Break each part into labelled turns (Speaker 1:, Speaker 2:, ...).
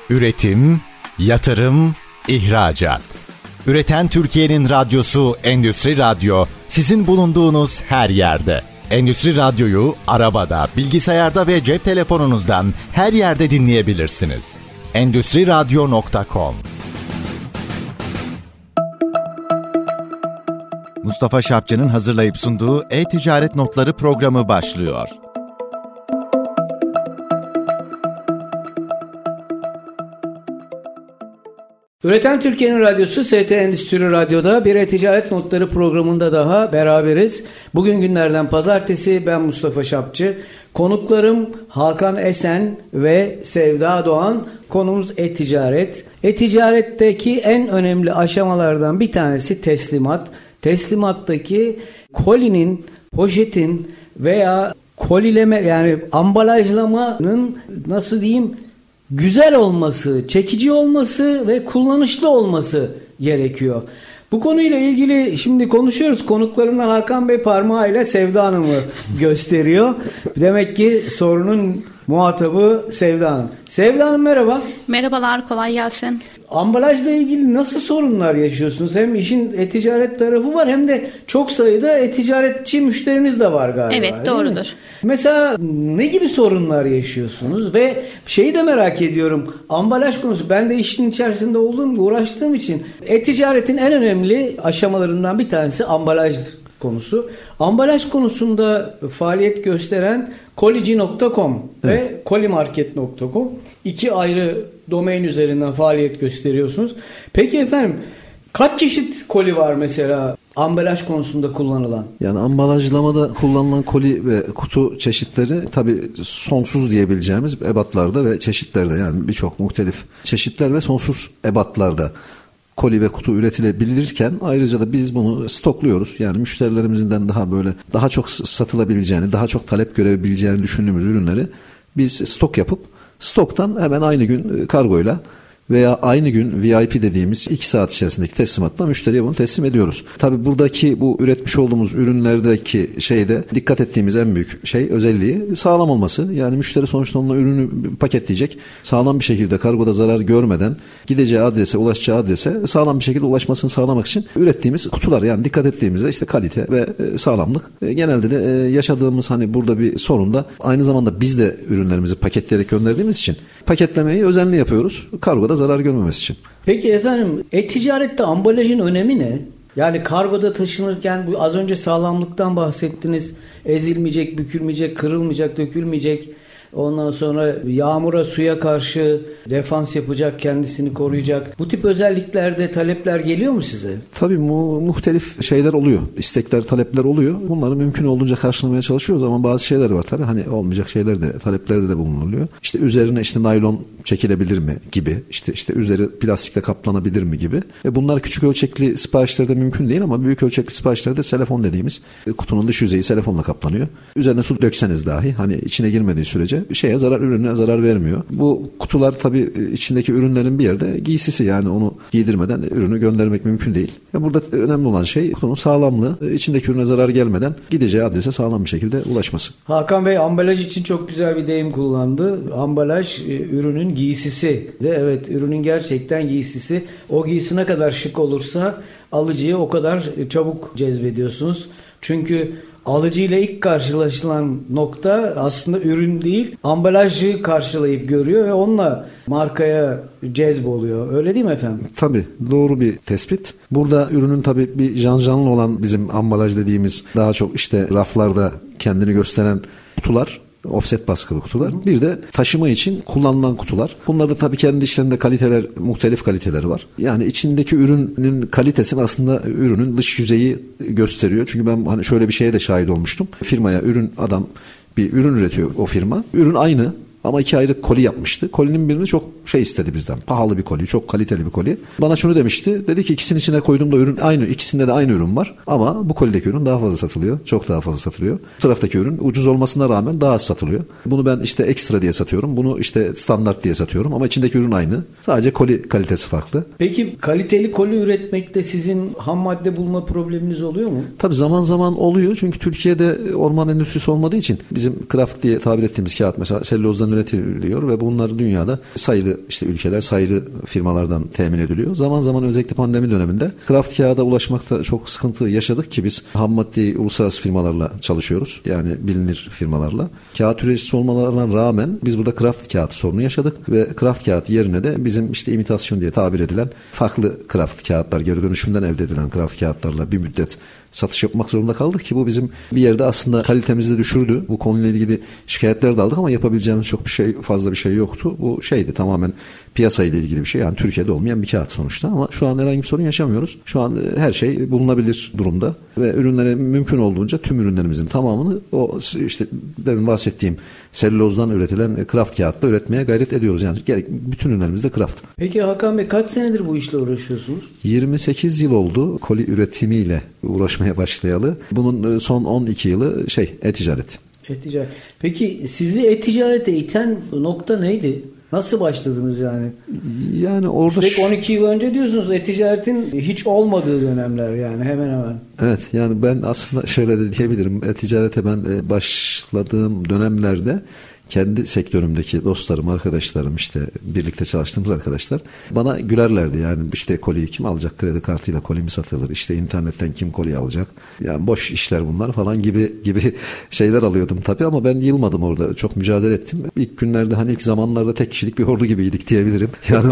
Speaker 1: Üretim, yatırım, ihracat. Üreten Türkiye'nin radyosu Endüstri Radyo, sizin bulunduğunuz her yerde. Endüstri Radyo'yu arabada, bilgisayarda ve cep telefonunuzdan her yerde dinleyebilirsiniz. Endüstriradyo.com. Mustafa Şapçı'nın hazırlayıp sunduğu E-Ticaret Notları programı başlıyor.
Speaker 2: Üreten Türkiye'nin radyosu ST Endüstri Radyo'da bir E-Ticaret Notları programında daha beraberiz. Bugün günlerden pazartesi, ben Mustafa Şapçı. Konuklarım Hakan Esen ve Sevda Doğan. Konumuz e-ticaret. E-ticaretteki en önemli aşamalardan bir tanesi teslimat. Teslimattaki kolinin, poşetin veya kolileme, yani ambalajlamanın nasıl diyeyim, güzel olması, çekici olması ve kullanışlı olması gerekiyor. Bu konuyla ilgili şimdi konuşuyoruz. Konuklarımdan Hakan Bey parmağıyla Sevda Hanım'ı gösteriyor. Demek ki sorunun muhatabı Sevda Hanım. Sevda Hanım merhaba.
Speaker 3: Merhabalar, kolay gelsin.
Speaker 2: Ambalajla ilgili nasıl sorunlar yaşıyorsunuz? Hem işin e-ticaret tarafı var hem de çok sayıda e-ticaretçi müşterimiz de var galiba.
Speaker 3: Evet, doğrudur.
Speaker 2: Mesela ne gibi sorunlar yaşıyorsunuz? Ve şeyi de merak ediyorum. Ambalaj konusu. Ben de işin içerisinde uğraştığım için e-ticaretin en önemli aşamalarından bir tanesi ambalaj konusu. Ambalaj konusunda faaliyet gösteren kolici.com evet. ve kolimarket.com iki ayrı domain üzerinden faaliyet gösteriyorsunuz. Peki efendim, kaç çeşit koli var mesela ambalaj konusunda kullanılan?
Speaker 4: Yani ambalajlamada kullanılan koli ve kutu çeşitleri tabii sonsuz diyebileceğimiz ebatlarda ve çeşitlerde, yani birçok muhtelif çeşitler ve sonsuz ebatlarda koli ve kutu üretilebilirken ayrıca da biz bunu stokluyoruz. Yani müşterilerimizden daha çok satılabileceğini, daha çok talep görebileceğini düşündüğümüz ürünleri biz stok yapıp stoktan hemen aynı gün kargoyla veya aynı gün VIP dediğimiz 2 saat içerisindeki teslimatla müşteriye bunu teslim ediyoruz. Tabii buradaki bu üretmiş olduğumuz ürünlerdeki dikkat ettiğimiz en büyük özelliği sağlam olması. Yani müşteri sonuçta onunla ürünü paketleyecek. Sağlam bir şekilde kargoda zarar görmeden gideceği adrese, ulaşacağı adrese sağlam bir şekilde ulaşmasını sağlamak için ürettiğimiz kutular, yani dikkat ettiğimizde kalite ve sağlamlık. Genelde de yaşadığımız burada bir sorun da aynı zamanda biz de ürünlerimizi paketleyerek gönderdiğimiz için paketlemeyi özenli yapıyoruz. Kargoda zarar görmemesi için.
Speaker 2: Peki efendim, e-ticarette ambalajın önemi ne? Yani kargoda taşınırken bu az önce sağlamlıktan bahsettiniz. Ezilmeyecek, bükülmeyecek, kırılmayacak, dökülmeyecek. Ondan sonra yağmura, suya karşı defans yapacak, kendisini koruyacak. Bu tip özelliklerde talepler geliyor mu size?
Speaker 4: Tabii muhtelif şeyler oluyor. İstekler, talepler oluyor. Bunları mümkün olduğunca karşılamaya çalışıyoruz ama bazı şeyler var tabii. Olmayacak şeyler de, taleplerde de bulunuluyor. Üzerine naylon çekilebilir mi gibi. İşte üzeri plastikle kaplanabilir mi gibi. Bunlar küçük ölçekli siparişlerde mümkün değil ama büyük ölçekli siparişlerde selefon dediğimiz kutunun dış yüzeyi selefonla kaplanıyor. Üzerine su dökseniz dahi içine girmediği sürece ürüne zarar vermiyor. Bu kutular tabii içindeki ürünlerin bir yerde giysisi, yani onu giydirmeden ürünü göndermek mümkün değil. Burada önemli olan kutunun sağlamlığı, içindeki ürüne zarar gelmeden gideceği adrese sağlam bir şekilde ulaşması.
Speaker 2: Hakan Bey ambalaj için çok güzel bir deyim kullandı. Ambalaj ürünün giysisi de, evet, ürünün gerçekten giysisi. O giysi ne kadar şık olursa alıcıyı o kadar çabuk cezbediyorsunuz. Çünkü alıcıyla ilk karşılaşılan nokta aslında ürün değil, ambalajı karşılayıp görüyor ve onunla markaya cezboluyor. Öyle değil mi efendim?
Speaker 4: Tabii, doğru bir tespit. Burada ürünün tabii bir canlı olan bizim ambalaj dediğimiz daha çok raflarda kendini gösteren kutular, offset baskılı kutular. Bir de taşıma için kullanılan kutular. Bunlarda tabii kendi içlerinde muhtelif kaliteleri var. Yani içindeki ürünün kalitesini aslında ürünün dış yüzeyi gösteriyor. Çünkü ben şöyle bir şeye de şahit olmuştum. Firmaya adam bir ürün üretiyor, o firma. Ürün aynı. Ama 2 ayrı koli yapmıştı. Kolinin birini çok istedi bizden. Pahalı bir koli, çok kaliteli bir koli. Bana şunu demişti. Dedi ki ikisinin içine koyduğumda ürün aynı. İkisinde de aynı ürün var. Ama bu kolideki ürün daha fazla satılıyor. Çok daha fazla satılıyor. Bu taraftaki ürün ucuz olmasına rağmen daha az satılıyor. Bunu ben ekstra diye satıyorum. Bunu standart diye satıyorum. Ama içindeki ürün aynı. Sadece koli kalitesi farklı.
Speaker 2: Peki kaliteli koli üretmekte sizin ham madde bulma probleminiz oluyor mu?
Speaker 4: Tabii zaman zaman oluyor. Çünkü Türkiye'de orman endüstrisi olmadığı için bizim kraft diye tabir ettiğimiz kağıt, mesela sellozdan Selülozdan üretiliyor ve bunlar dünyada sayılı işte ülkeler, sayılı firmalardan temin ediliyor. Zaman zaman özellikle pandemi döneminde kraft kağıda ulaşmakta çok sıkıntı yaşadık ki biz ham maddi uluslararası firmalarla çalışıyoruz. Yani bilinir firmalarla. Kağıt üreticisi olmalarına rağmen biz burada kraft kağıt sorunu yaşadık ve kraft kağıt yerine de bizim işte imitasyon diye tabir edilen farklı kraft kağıtlar, geri dönüşümden elde edilen kraft kağıtlarla bir müddet satış yapmak zorunda kaldık ki bu bizim bir yerde aslında kalitemizi de düşürdü. Bu konuyla ilgili şikayetler de aldık ama yapabileceğimiz çok fazla bir şey yoktu. Bu şeydi, tamamen piyasayla ilgili bir şey. Yani Türkiye'de olmayan bir kağıt sonuçta ama şu an herhangi bir sorun yaşamıyoruz. Şu an her şey bulunabilir durumda ve ürünlere mümkün olduğunca tüm ürünlerimizin tamamını o işte benim bahsettiğim selülozdan üretilen kraft kağıtla üretmeye gayret ediyoruz. Yani bütün ürünlerimiz de kraft.
Speaker 2: Peki Hakan Bey, kaç senedir bu işle uğraşıyorsunuz? 28
Speaker 4: yıl oldu koli üretimiyle uğraşmaya başlayalı. Bunun son 12 yılı e-ticaret.
Speaker 2: E-ticaret. Peki sizi e-ticarete iten nokta neydi? Nasıl başladınız yani?
Speaker 4: Yani orada
Speaker 2: 12 yıl önce diyorsunuz, e-ticaretin hiç olmadığı dönemler yani hemen hemen.
Speaker 4: Evet, yani ben aslında şöyle de diyebilirim. E-ticarete ben başladığım dönemlerde kendi sektörümdeki dostlarım, arkadaşlarım, işte birlikte çalıştığımız arkadaşlar bana gülerlerdi. Yani işte koliyi kim alacak, kredi kartıyla koli mi satılır, işte internetten kim koli alacak, yani boş işler bunlar falan gibi şeyler alıyordum tabii ama ben yılmadım orada, çok mücadele ettim. İlk günlerde hani ilk zamanlarda tek kişilik bir ordu gibiydik diyebilirim. Yani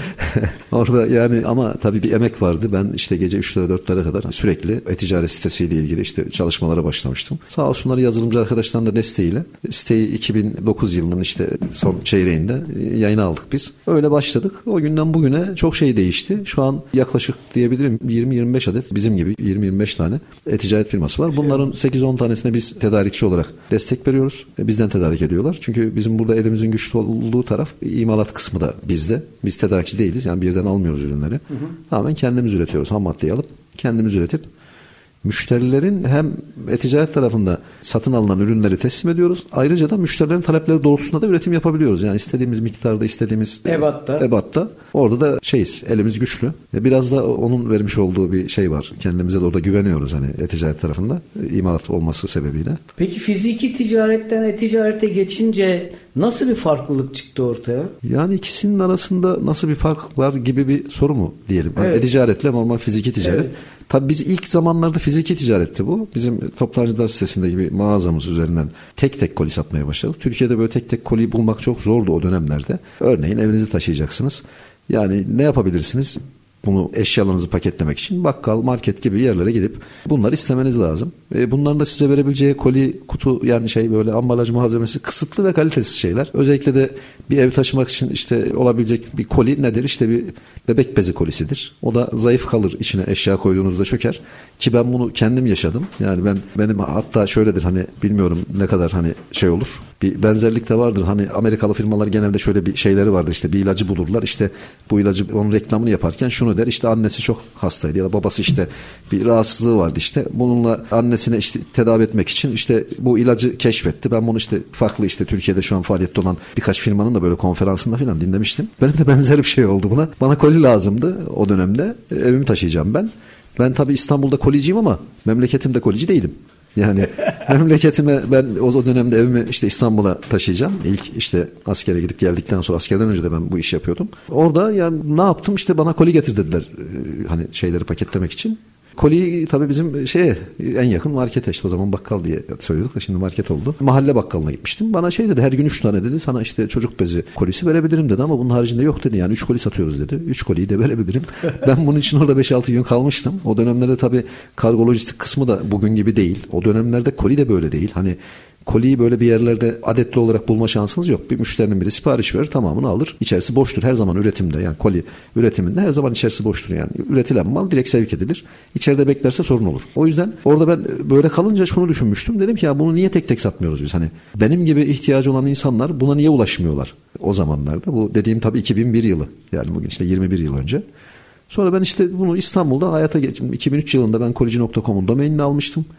Speaker 4: orada yani ama tabii bir emek vardı. Ben işte gece 3'lere 4'lere kadar sürekli e-ticaret sitesiyle ilgili işte çalışmalara başlamıştım. Sağ olsunlar yazılımcı arkadaşların da desteğiyle siteyi 2009 yılının işte son çeyreğinde yayına aldık biz. Öyle başladık. O günden bugüne çok şey değişti. Şu an yaklaşık diyebilirim 20-25 adet bizim gibi 20-25 tane e-ticaret firması var. Bunların 8-10 tanesine biz tedarikçi olarak destek veriyoruz. Bizden tedarik ediyorlar. Çünkü bizim burada elimizin güçlü olduğu taraf imalat kısmı da bizde. Biz tedarikçi değiliz. Yani bir yerden almıyoruz ürünleri. Tamamen kendimiz üretiyoruz. Ham maddeyi alıp kendimiz üretip müşterilerin hem e-ticaret tarafında satın alınan ürünleri teslim ediyoruz. Ayrıca da müşterilerin talepleri doğrultusunda da üretim yapabiliyoruz. Yani istediğimiz miktarda, istediğimiz ebatta. Orada da elimiz güçlü. Biraz da onun vermiş olduğu bir şey var. Kendimize de orada güveniyoruz hani e-ticaret tarafında. İmalat olması sebebiyle.
Speaker 2: Peki fiziki ticaretten e-ticarete geçince nasıl bir farklılık çıktı ortaya? Yani
Speaker 4: ikisinin arasında nasıl bir fark var gibi bir soru mu diyelim? Evet. Yani e-ticaretle normal fiziki ticaret. Evet. Tabii biz ilk zamanlarda fiziki ticaretti bu. Bizim toptancılar sitesinde gibi mağazamız üzerinden tek tek koli satmaya başladık. Türkiye'de böyle tek tek koliyi bulmak çok zordu o dönemlerde. Örneğin evinizi taşıyacaksınız. Yani ne yapabilirsiniz? Bunu eşyalarınızı paketlemek için bakkal, market gibi yerlere gidip bunları istemeniz lazım. Bunların da size verebileceği koli, kutu yani böyle ambalaj malzemesi kısıtlı ve kalitesiz şeyler. Özellikle de bir ev taşımak için işte olabilecek bir koli nedir? İşte bir bebek bezi kolisidir. O da zayıf kalır, içine eşya koyduğunuzda çöker. Ki ben bunu kendim yaşadım. Yani benim hatta şöyledir hani bilmiyorum ne kadar hani olur. Bir benzerlik de vardır. Hani Amerikalı firmalar genelde şöyle bir şeyleri vardır. İşte bir ilacı bulurlar. İşte bu ilacı onun reklamını yaparken şunu der. İşte annesi çok hastaydı ya da babası işte bir rahatsızlığı vardı işte. Bununla annesine işte tedavi etmek için işte bu ilacı keşfetti. Ben bunu işte farklı işte Türkiye'de şu an faaliyette olan birkaç firmanın da böyle konferansında falan dinlemiştim. Benim de benzer bir şey oldu buna. Bana koli lazımdı o dönemde. Evimi taşıyacağım ben. Ben tabii İstanbul'da koliciyim ama memleketimde kolici değilim. Yani memleketime ben o dönemde evimi işte İstanbul'a taşıyacağım. İlk işte askere gidip geldikten sonra askerden önce de ben bu işi yapıyordum. Orada yani ne yaptım işte bana koli getir dediler. Hani şeyleri paketlemek için. Koli tabii bizim en yakın markete işte o zaman bakkal diye söylüyorduk da şimdi market oldu. Mahalle bakkalına gitmiştim. Bana dedi her gün 3 tane dedi sana işte çocuk bezi kolisi verebilirim dedi ama bunun haricinde yok dedi. Yani 3 koli satıyoruz dedi. 3 koliyi de verebilirim. Ben bunun için orada 5-6 gün kalmıştım. O dönemlerde tabii kargo lojistik kısmı da bugün gibi değil. O dönemlerde koli de böyle değil. Hani koliyi böyle bir yerlerde adetli olarak bulma şansınız yok. Bir müşterinin biri sipariş verir tamamını alır. İçerisi boştur her zaman üretimde yani koli üretiminde her zaman içerisi boştur yani. Üretilen mal direkt sevk edilir. İçeride beklerse sorun olur. O yüzden orada ben böyle kalınca şunu düşünmüştüm. Dedim ki ya bunu niye tek tek satmıyoruz biz? Hani benim gibi ihtiyacı olan insanlar buna niye ulaşmıyorlar o zamanlarda? Bu dediğim tabii 2001 yılı yani bugün işte 21 yıl önce. Sonra ben işte bunu İstanbul'da hayata geçirdim. 2003 yılında ben kolici.com'un domainini almıştım.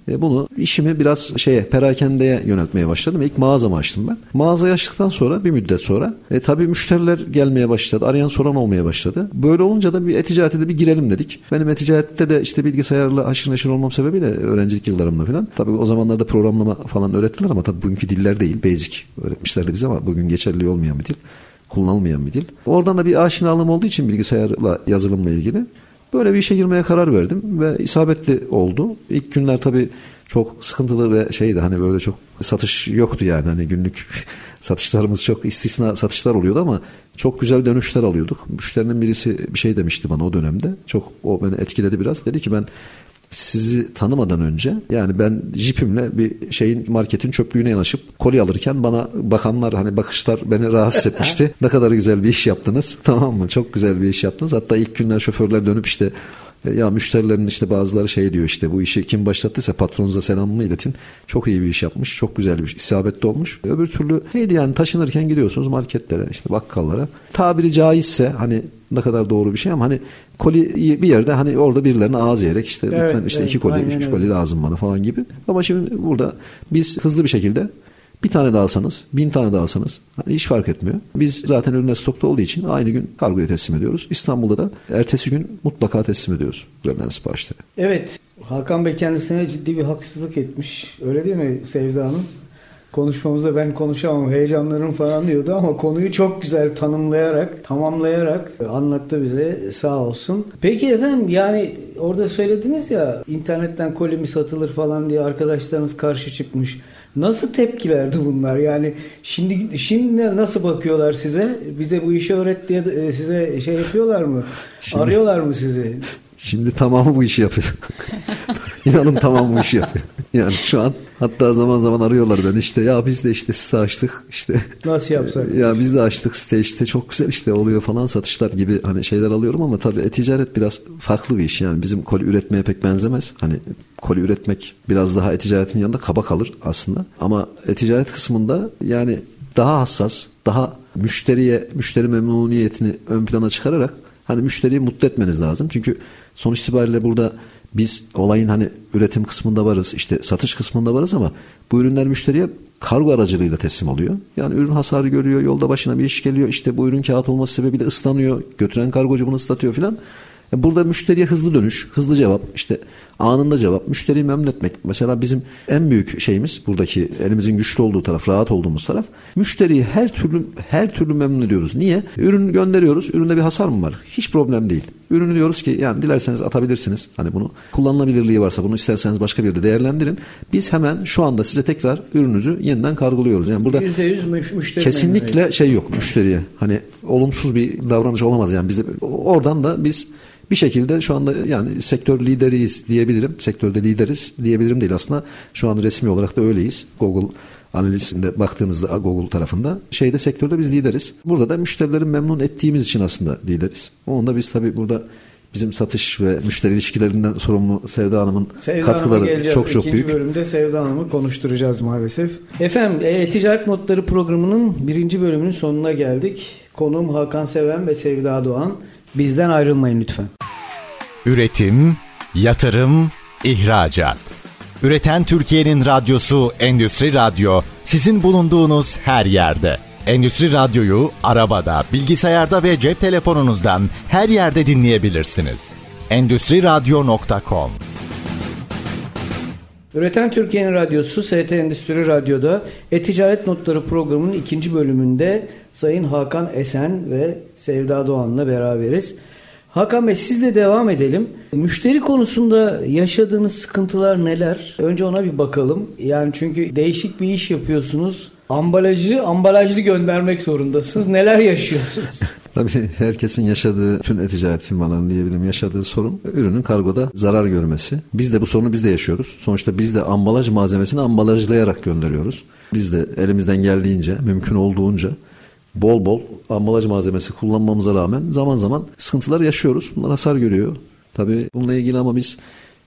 Speaker 4: Bunu işimi biraz perakendeye yöneltmeye başladım. İlk mağazamı açtım ben. Mağazayı açtıktan sonra bir müddet sonra tabii müşteriler gelmeye başladı. Arayan soran olmaya başladı. Böyle olunca da bir e-ticarete de bir girelim dedik. Benim e-ticarette de işte bilgisayarla haşır neşir olmam sebebiyle öğrencilik yıllarımda falan. Tabii o zamanlarda programlama falan öğrettiler ama tabii bugünkü diller değil. Basic öğretmişlerdi bize ama bugün geçerli olmayan bir dil. Kullanılmayan bir dil. Oradan da bir aşinalığım olduğu için bilgisayarla, yazılımla ilgili böyle bir işe girmeye karar verdim ve isabetli oldu. İlk günler tabii çok sıkıntılı ve hani böyle çok satış yoktu yani. Hani günlük satışlarımız çok istisna satışlar oluyordu ama çok güzel dönüşler alıyorduk. Müşterinin birisi bir şey demişti bana o dönemde. O beni etkiledi biraz. Dedi ki ben sizi tanımadan önce yani ben jipimle bir marketin çöplüğüne yanaşıp koli alırken bana bakanlar bakışlar beni rahatsız etmişti. Ne kadar güzel bir iş yaptınız, tamam mı? Çok güzel bir iş yaptınız. Hatta ilk günler şoförler dönüp ya müşterilerin bazıları diyor bu işi kim başlattıysa patronunuza selamımı iletin. Çok iyi bir iş yapmış. Çok güzel bir iş. İsabetli olmuş. Öbür türlü yani taşınırken gidiyorsunuz marketlere, bakkallara. Tabiri caizse ne kadar doğru bir şey ama koli bir yerde orada birilerine ağız yiyerek lütfen 2 koli, 3 koli lazım bana falan gibi. Ama şimdi burada biz hızlı bir şekilde bir tane daha alsanız, 1000 tane daha alsanız hiç fark etmiyor. Biz zaten ürünler stokta olduğu için aynı gün kargoya teslim ediyoruz. İstanbul'da da ertesi gün mutlaka teslim ediyoruz verilen siparişleri.
Speaker 2: Evet, Hakan Bey kendisine ciddi bir haksızlık etmiş. Öyle değil mi Sevda Hanım? Konuşmamızda ben konuşamam, heyecanlarım falan diyordu ama konuyu çok güzel tanımlayarak, tamamlayarak anlattı bize, sağ olsun. Peki efendim orada söylediniz ya internetten koli mi satılır falan diye arkadaşlarınız karşı çıkmış. Nasıl tepkilerdi bunlar? Şimdi nasıl bakıyorlar size? Bize bu işi öğret diye size yapıyorlar mı? Arıyorlar mı sizi?
Speaker 4: Şimdi tamamı bu işi yapıyor. İnanın tamamı bu işi yapıyor. Yani şu an hatta zaman zaman arıyorlar beni ya biz de site açtık
Speaker 2: nasıl yapsak?
Speaker 4: Ya biz de açtık site çok güzel oluyor falan satışlar gibi şeyler alıyorum ama tabii e-ticaret biraz farklı bir iş. Yani bizim koli üretmeye pek benzemez. Koli üretmek biraz daha e-ticaretin yanında kaba kalır aslında. Ama e-ticaret kısmında daha hassas, daha müşteri memnuniyetini ön plana çıkararak müşteriyi mutlu etmeniz lazım. Çünkü sonuç itibariyle burada biz olayın üretim kısmında varız, satış kısmında varız ama bu ürünler müşteriye kargo aracılığıyla teslim oluyor. Yani ürün hasarı görüyor, yolda başına bir iş geliyor, bu ürün kağıt olması sebebiyle ıslanıyor, götüren kargocu bunu ıslatıyor filan. Burada müşteriye hızlı dönüş, hızlı cevap, anında cevap, müşteriyi memnun etmek. Mesela bizim en büyük şeyimiz buradaki elimizin güçlü olduğu taraf, rahat olduğumuz taraf. Müşteriyi her türlü memnun ediyoruz. Niye? Ürün gönderiyoruz. Üründe bir hasar mı var? Hiç problem değil. Ürünü diyoruz ki dilerseniz atabilirsiniz. Bunu kullanılabilirliği varsa bunu isterseniz başka bir yerde değerlendirin. Biz hemen şu anda size tekrar ürününüzü yeniden kargoluyoruz. Yani burada
Speaker 2: %100 müşteri
Speaker 4: kesinlikle yok müşteriye. Olumsuz bir davranış olamaz bizde. Oradan da biz bir şekilde şu anda sektör lideriyiz diyebilirim. Sektörde lideriz diyebilirim değil aslında. Şu an resmi olarak da öyleyiz. Google analizinde baktığınızda Google tarafında sektörde biz lideriz. Burada da müşterileri memnun ettiğimiz için aslında lideriz. Onun da biz tabii burada bizim satış ve müşteri ilişkilerinden sorumlu Sevda Hanım'ın katkıları çok büyük.
Speaker 2: İkinci bölümde Sevda Hanım'ı konuşturacağız maalesef. Efendim Ticaret Notları programının 1. bölümünün sonuna geldik. Konuğum Hakan Seven ve Sevda Doğan. Bizden ayrılmayın lütfen.
Speaker 1: Üretim, yatırım, ihracat. Üreten Türkiye'nin radyosu Endüstri Radyo sizin bulunduğunuz her yerde. Endüstri Radyo'yu arabada, bilgisayarda ve cep telefonunuzdan her yerde dinleyebilirsiniz. Endüstriradyo.com.
Speaker 2: Üreten Türkiye'nin radyosu ST Endüstri Radyo'da E-Ticaret Notları programının 2. bölümünde Sayın Hakan Esen ve Sevda Doğan'la beraberiz. Hakan Bey sizle devam edelim. Müşteri konusunda yaşadığınız sıkıntılar neler? Önce ona bir bakalım. Çünkü değişik bir iş yapıyorsunuz. Ambalajlı göndermek zorundasınız. Neler yaşıyorsunuz?
Speaker 4: Tabii herkesin yaşadığı, bütün e-ticaret firmalarının diyebilirim yaşadığı sorun ürünün kargoda zarar görmesi. Biz de bu sorunu yaşıyoruz. Sonuçta biz de ambalaj malzemesini ambalajlayarak gönderiyoruz. Biz de elimizden geldiğince, mümkün olduğunca bol ambalaj malzemesi kullanmamıza rağmen zaman zaman sıkıntılar yaşıyoruz. Bunlar hasar görüyor. Tabii bununla ilgili ama biz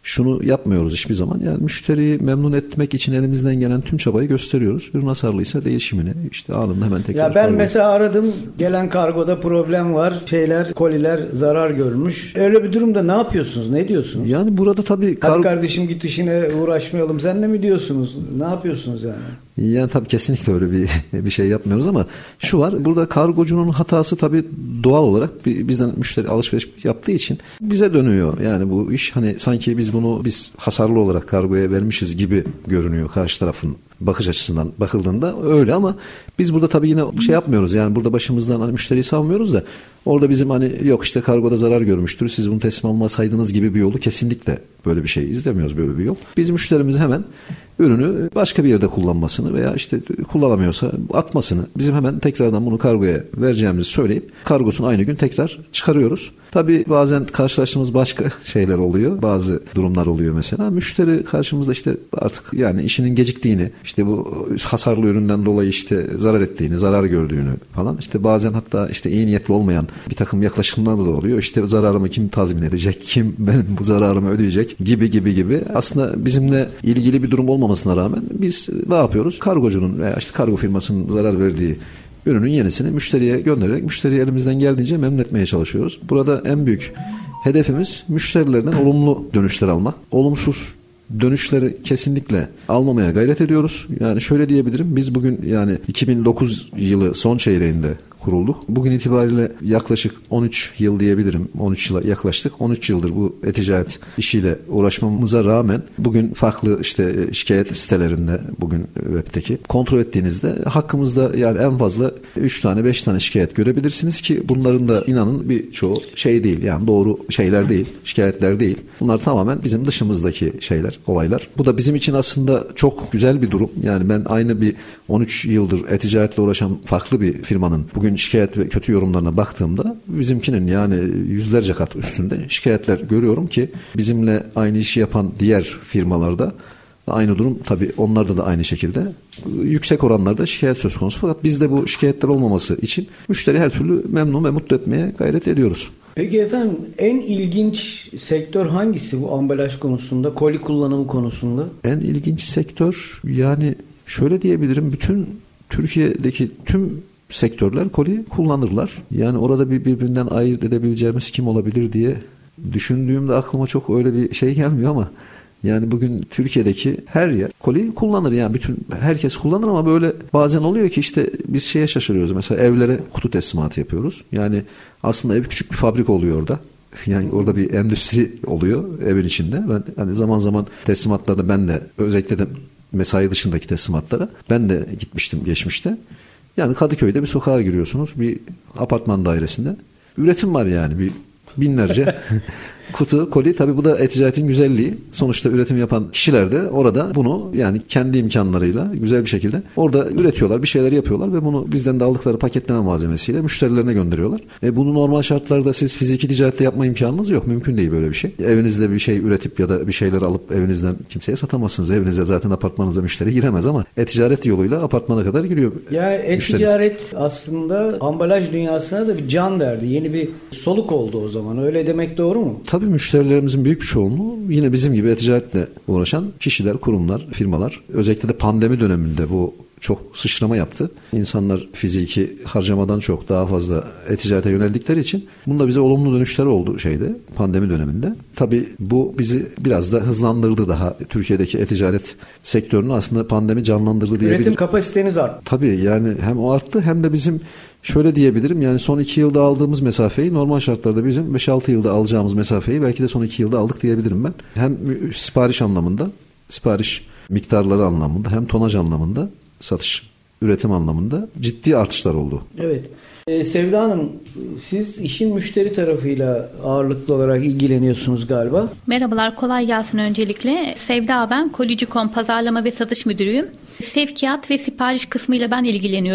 Speaker 4: şunu yapmıyoruz hiçbir zaman. Yani müşteriyi memnun etmek için elimizden gelen tüm çabayı gösteriyoruz. Ürün hasarlıysa değişimini işte anında hemen tekrar.
Speaker 2: Ya ben mesela aradım, gelen kargoda problem var. Koliler zarar görmüş. Öyle bir durumda ne yapıyorsunuz? Ne diyorsunuz?
Speaker 4: Yani burada tabii
Speaker 2: hadi kardeşim git işine, uğraşmayalım. Sen de mi diyorsunuz? Ne yapıyorsunuz yani?
Speaker 4: Yani tabii kesinlikle öyle bir şey yapmıyoruz ama şu var. Burada kargocunun hatası tabii doğal olarak bizden müşteri alışveriş yaptığı için bize dönüyor. Yani bu iş hani sanki biz hasarlı olarak kargoya vermişiz gibi görünüyor karşı tarafın bakış açısından bakıldığında öyle ama biz burada tabii yine şey yapmıyoruz. Yani burada başımızdan hani müşteriyi savmıyoruz da orada bizim hani yok işte kargoda zarar görmüştür, siz bunu teslim almasaydınız gibi bir yolu kesinlikle böyle bir şey izlemiyoruz, böyle bir yol. Biz müşterimiz hemen ürünü başka bir yerde kullanmasını veya işte kullanamıyorsa atmasını, bizim hemen tekrardan bunu kargoya vereceğimizi söyleyip kargosunu aynı gün tekrar çıkarıyoruz. Tabii bazen karşılaştığımız başka şeyler oluyor. Bazı durumlar oluyor mesela. Müşteri karşımızda işte artık yani işinin geciktiğini, işte bu hasarlı üründen dolayı işte zarar ettiğini, zarar gördüğünü falan. İşte bazen hatta işte iyi niyetli olmayan bir takım yaklaşımlar da oluyor. İşte zararımı kim tazmin edecek, kim benim bu zararımı ödeyecek gibi. Aslında bizimle ilgili bir durum olmamasına rağmen biz ne yapıyoruz? Kargocunun veya işte kargo firmasının zarar verdiği ürünün yenisini müşteriye göndererek müşteriyi elimizden geldiğince memnun etmeye çalışıyoruz. Burada en büyük hedefimiz müşterilerden olumlu dönüşler almak. Olumsuz dönüşleri kesinlikle almamaya gayret ediyoruz. Yani şöyle diyebilirim. Biz bugün yani 2009 yılı son çeyreğinde kurulduk. Bugün itibariyle yaklaşık 13 yıl diyebilirim. 13 yıla yaklaştık. 13 yıldır bu e-ticaret işiyle uğraşmamıza rağmen bugün farklı işte şikayet sitelerinde bugün web'teki kontrol ettiğinizde hakkımızda yani en fazla 3 tane 5 tane şikayet görebilirsiniz ki bunların da inanın birçoğu şey değil. Yani doğru şeyler değil. Şikayetler değil. Bunlar tamamen bizim dışımızdaki şeyler, olaylar. Bu da bizim için aslında çok güzel bir durum. Yani ben aynı bir 13 yıldır e-ticaretle uğraşan farklı bir firmanın bugün şikayet ve kötü yorumlarına baktığımda bizimkinin yani yüzlerce kat üstünde şikayetler görüyorum ki bizimle aynı işi yapan diğer firmalarda aynı durum tabii onlarda da aynı şekilde yüksek oranlarda şikayet söz konusu. Fakat bizde bu şikayetler olmaması için müşteri her türlü memnun ve mutlu etmeye gayret ediyoruz.
Speaker 2: Peki efendim en ilginç sektör hangisi bu ambalaj konusunda, koli kullanımı konusunda? En
Speaker 4: ilginç sektör yani şöyle diyebilirim, bütün Türkiye'deki tüm sektörler koli kullanırlar. Yani orada birbirinden ayırt edebileceğimiz kim olabilir diye düşündüğümde aklıma çok öyle bir şey gelmiyor ama yani bugün Türkiye'deki her yer koli kullanır. Yani bütün herkes kullanır ama böyle bazen oluyor ki işte biz şeye şaşırıyoruz. Mesela evlere kutu teslimatı yapıyoruz. Yani aslında ev küçük bir fabrika oluyor orada. Yani orada bir endüstri oluyor evin içinde. Ben hani zaman zaman teslimatlarda ben de özellikle de mesai dışındaki teslimatlara ben de gitmiştim geçmişte. Yani Kadıköy'de bir sokağa giriyorsunuz, bir apartman dairesinde. Üretim var yani bir binlerce kutu, koli. Tabii bu da e-ticaretin güzelliği. Sonuçta üretim yapan kişiler de orada bunu yani kendi imkanlarıyla güzel bir şekilde orada üretiyorlar, bir şeyler yapıyorlar ve bunu bizden de aldıkları paketleme malzemesiyle müşterilerine gönderiyorlar. Bunu normal şartlarda siz fiziki ticarette yapma imkanınız yok. Mümkün değil böyle bir şey. Evinizde bir şey üretip ya da bir şeyler alıp evinizden kimseye satamazsınız. Evinize zaten apartmanınıza müşteri giremez ama e-ticaret yoluyla apartmana kadar giriyor.
Speaker 2: Yani e-ticaret aslında ambalaj dünyasına da bir can verdi. Yeni bir soluk oldu o zaman. Öyle demek doğru mu?
Speaker 4: Tabii müşterilerimizin büyük bir çoğunluğu yine bizim gibi e-ticaretle uğraşan kişiler, kurumlar, firmalar. Özellikle de pandemi döneminde bu çok sıçrama yaptı. İnsanlar fiziki harcamadan çok daha fazla e-ticarete yöneldikleri için bunda bize olumlu dönüşler oldu pandemi döneminde. Tabii bu bizi biraz da hızlandırdı daha. Türkiye'deki e-ticaret sektörünü aslında pandemi canlandırdı diyebilirim.
Speaker 2: Üretim kapasiteniz arttı.
Speaker 4: Tabii yani hem o arttı hem de bizim şöyle diyebilirim yani son 2 yılda aldığımız mesafeyi normal şartlarda bizim 5-6 yılda alacağımız mesafeyi belki de son 2 yılda aldık diyebilirim ben. Hem sipariş anlamında, sipariş miktarları anlamında hem tonaj anlamında, satış, üretim anlamında ciddi artışlar oldu.
Speaker 2: Evet. Sevda Hanım, siz işin müşteri tarafıyla ağırlıklı olarak ilgileniyorsunuz galiba.
Speaker 3: Merhabalar, kolay gelsin öncelikle. Sevda ben, Kolici.com pazarlama ve satış müdürüyüm. Sevkiyat ve sipariş kısmıyla ben ilgileniyorum.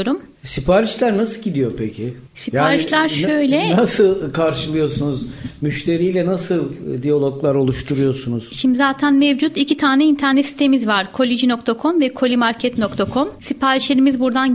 Speaker 2: Siparişler nasıl gidiyor peki?
Speaker 3: Siparişler şöyle.
Speaker 2: Nasıl karşılıyorsunuz? Müşteriyle nasıl diyaloglar oluşturuyorsunuz?
Speaker 3: Şimdi zaten mevcut 2 tane internet sitemiz var. Kolici.com ve kolimarket.com. Siparişlerimiz buradan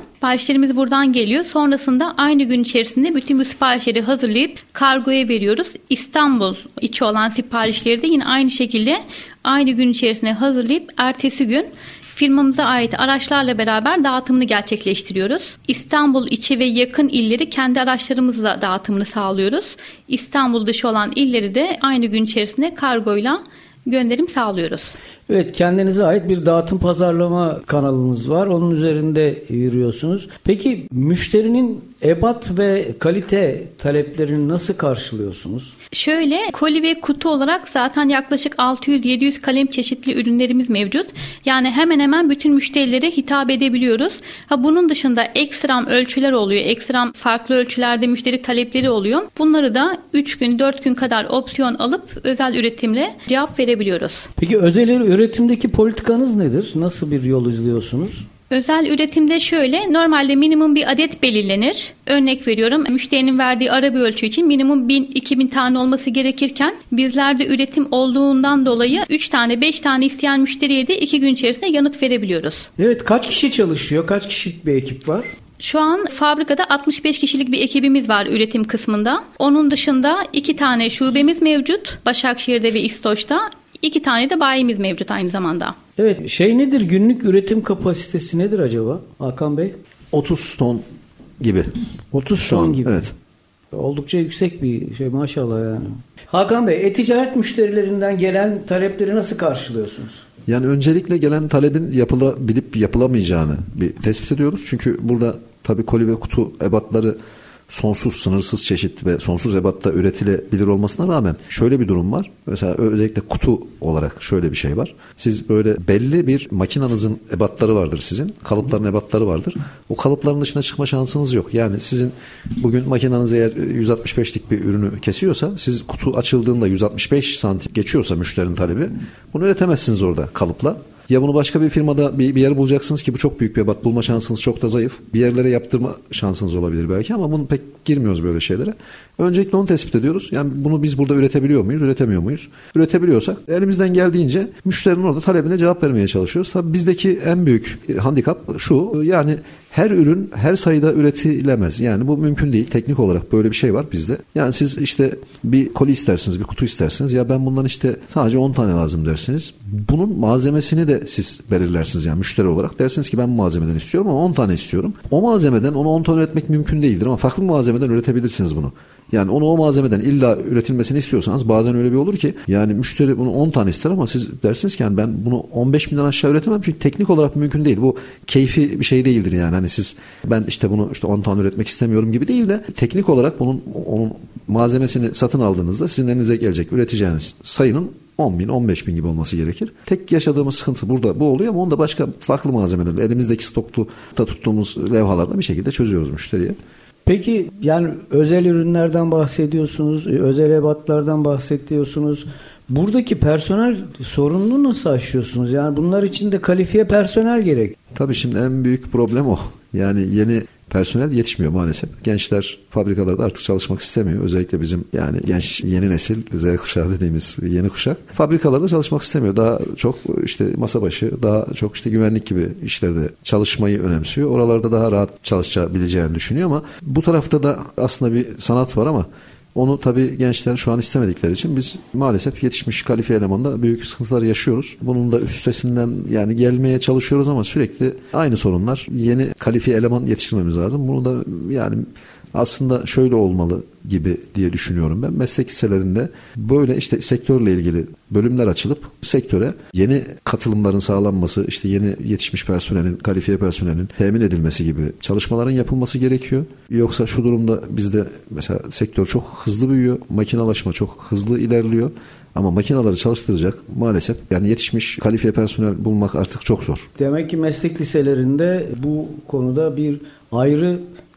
Speaker 3: geliyor. Sonrasında aynı gün içerisinde bütün bu siparişleri hazırlayıp kargoya veriyoruz. İstanbul içi olan siparişleri de yine aynı şekilde aynı gün içerisinde hazırlayıp ertesi gün firmamıza ait araçlarla beraber dağıtımını gerçekleştiriyoruz. İstanbul içi ve yakın illeri kendi araçlarımızla dağıtımını sağlıyoruz. İstanbul dışı olan illeri de aynı gün içerisinde kargoyla gönderim sağlıyoruz.
Speaker 2: Evet, kendinize ait bir dağıtım pazarlama kanalınız var. Onun üzerinde yürüyorsunuz. Peki müşterinin ebat ve kalite taleplerini nasıl karşılıyorsunuz?
Speaker 3: Şöyle, koli ve kutu olarak zaten yaklaşık 600-700 kalem çeşitli ürünlerimiz mevcut. Yani hemen hemen bütün müşterilere hitap edebiliyoruz. Bunun dışında ekstrem ölçüler oluyor. Ekstrem farklı ölçülerde müşteri talepleri oluyor. Bunları da 3 gün 4 gün kadar opsiyon alıp özel üretimle cevap verebiliyoruz.
Speaker 2: Peki özel üretimdeki politikanız nedir? Nasıl bir yol izliyorsunuz?
Speaker 3: Özel üretimde şöyle, normalde minimum bir adet belirlenir. Örnek veriyorum, müşterinin verdiği ara bir ölçü için minimum 1000-2000 tane olması gerekirken bizlerde üretim olduğundan dolayı 3 tane 5 tane isteyen müşteriye de 2 gün içerisinde yanıt verebiliyoruz.
Speaker 2: Evet, kaç kişi çalışıyor? Kaç kişilik bir ekip var?
Speaker 3: Şu an fabrikada 65 kişilik bir ekibimiz var üretim kısmında. Onun dışında 2 tane şubemiz mevcut. Başakşehir'de ve İstoç'ta. 2 tane de bayimiz mevcut aynı zamanda.
Speaker 2: Evet, nedir? Günlük üretim kapasitesi nedir acaba Hakan Bey?
Speaker 4: 30 ton gibi.
Speaker 2: 30 ton gibi.
Speaker 4: Evet.
Speaker 2: Oldukça yüksek bir şey maşallah yani. Hakan Bey, e-ticaret müşterilerinden gelen talepleri nasıl karşılıyorsunuz?
Speaker 4: Yani öncelikle gelen talebin yapılabilip yapılamayacağını bir tespit ediyoruz. Çünkü burada tabii koli ve kutu ebatları sonsuz, sınırsız çeşit ve sonsuz ebatta üretilebilir olmasına rağmen şöyle bir durum var. Mesela özellikle kutu olarak şöyle bir şey var. Siz böyle belli bir makinanızın ebatları vardır sizin. Kalıpların ebatları vardır. O kalıpların dışına çıkma şansınız yok. Yani sizin bugün makinanız eğer 165'lik bir ürünü kesiyorsa, siz kutu açıldığında 165 santim geçiyorsa müşterinin talebi, bunu üretemezsiniz orada kalıpla. Ya bunu başka bir firmada bir yer bulacaksınız ki bu çok büyük bir ebat, bulma şansınız çok da zayıf. Bir yerlere yaptırma şansınız olabilir belki ama bunu pek girmiyoruz böyle şeylere. Öncelikle onu tespit ediyoruz. Yani bunu biz burada üretebiliyor muyuz, üretemiyor muyuz? Üretebiliyorsak elimizden geldiğince müşterinin orada talebine cevap vermeye çalışıyoruz. Tabii bizdeki en büyük handikap şu, yani her ürün her sayıda üretilemez. Yani bu mümkün değil. Teknik olarak böyle bir şey var bizde. Yani siz işte bir koli istersiniz, bir kutu istersiniz. Ya ben bundan işte sadece 10 tane lazım dersiniz. Bunun malzemesini de siz belirlersiniz yani müşteri olarak. Dersiniz ki ben bu malzemeden istiyorum ama 10 tane istiyorum. O malzemeden onu 10 tane üretmek mümkün değildir ama farklı bir malzemeden üretebilirsiniz bunu. Yani onu o malzemeden illa üretilmesini istiyorsanız bazen öyle bir olur ki yani müşteri bunu 10 tane ister ama siz dersiniz ki yani ben bunu 15 binden aşağı üretemem çünkü teknik olarak mümkün değil. Bu keyfi bir şey değildir yani. Hani siz ben işte bunu işte 10 tane üretmek istemiyorum gibi değil de teknik olarak onun malzemesini satın aldığınızda sizin elinize gelecek üreteceğiniz sayının 10 bin, 15 bin gibi olması gerekir. Tek yaşadığımız sıkıntı burada bu oluyor ama onu da başka farklı malzemelerle elimizdeki stokta tuttuğumuz levhalarla bir şekilde çözüyoruz müşteriye.
Speaker 2: Peki yani özel ürünlerden bahsediyorsunuz, özel ebatlardan bahsediyorsunuz. Buradaki personel sorununu nasıl aşıyorsunuz? Yani bunlar için de kalifiye personel gerek.
Speaker 4: Tabii şimdi en büyük problem o. Yani yeni personel yetişmiyor maalesef. Gençler fabrikalarda artık çalışmak istemiyor. Özellikle bizim yani genç yeni nesil Z kuşağı dediğimiz yeni kuşak fabrikalarda çalışmak istemiyor. Daha çok işte masa başı, daha çok işte güvenlik gibi işlerde çalışmayı önemsiyor. Oralarda daha rahat çalışabileceğini düşünüyor ama bu tarafta da aslında bir sanat var ama onu tabii gençler şu an istemedikleri için biz maalesef yetişmiş kalifiye elemanda büyük sıkıntılar yaşıyoruz. Bunun da üstesinden yani gelmeye çalışıyoruz ama sürekli aynı sorunlar. Yeni kalifiye eleman yetiştirmemiz lazım. Bunu da yani aslında şöyle olmalı gibi diye düşünüyorum ben. Meslek liselerinde böyle işte sektörle ilgili bölümler açılıp sektöre yeni katılımların sağlanması, işte yeni yetişmiş personelin, kalifiye personelin temin edilmesi gibi çalışmaların yapılması gerekiyor. Yoksa şu durumda bizde mesela sektör çok hızlı büyüyor, makinalaşma çok hızlı ilerliyor. Ama makineleri çalıştıracak maalesef yani yetişmiş kalifiye personel bulmak artık çok zor.
Speaker 2: Demek ki meslek liselerinde bu konuda bir ayrı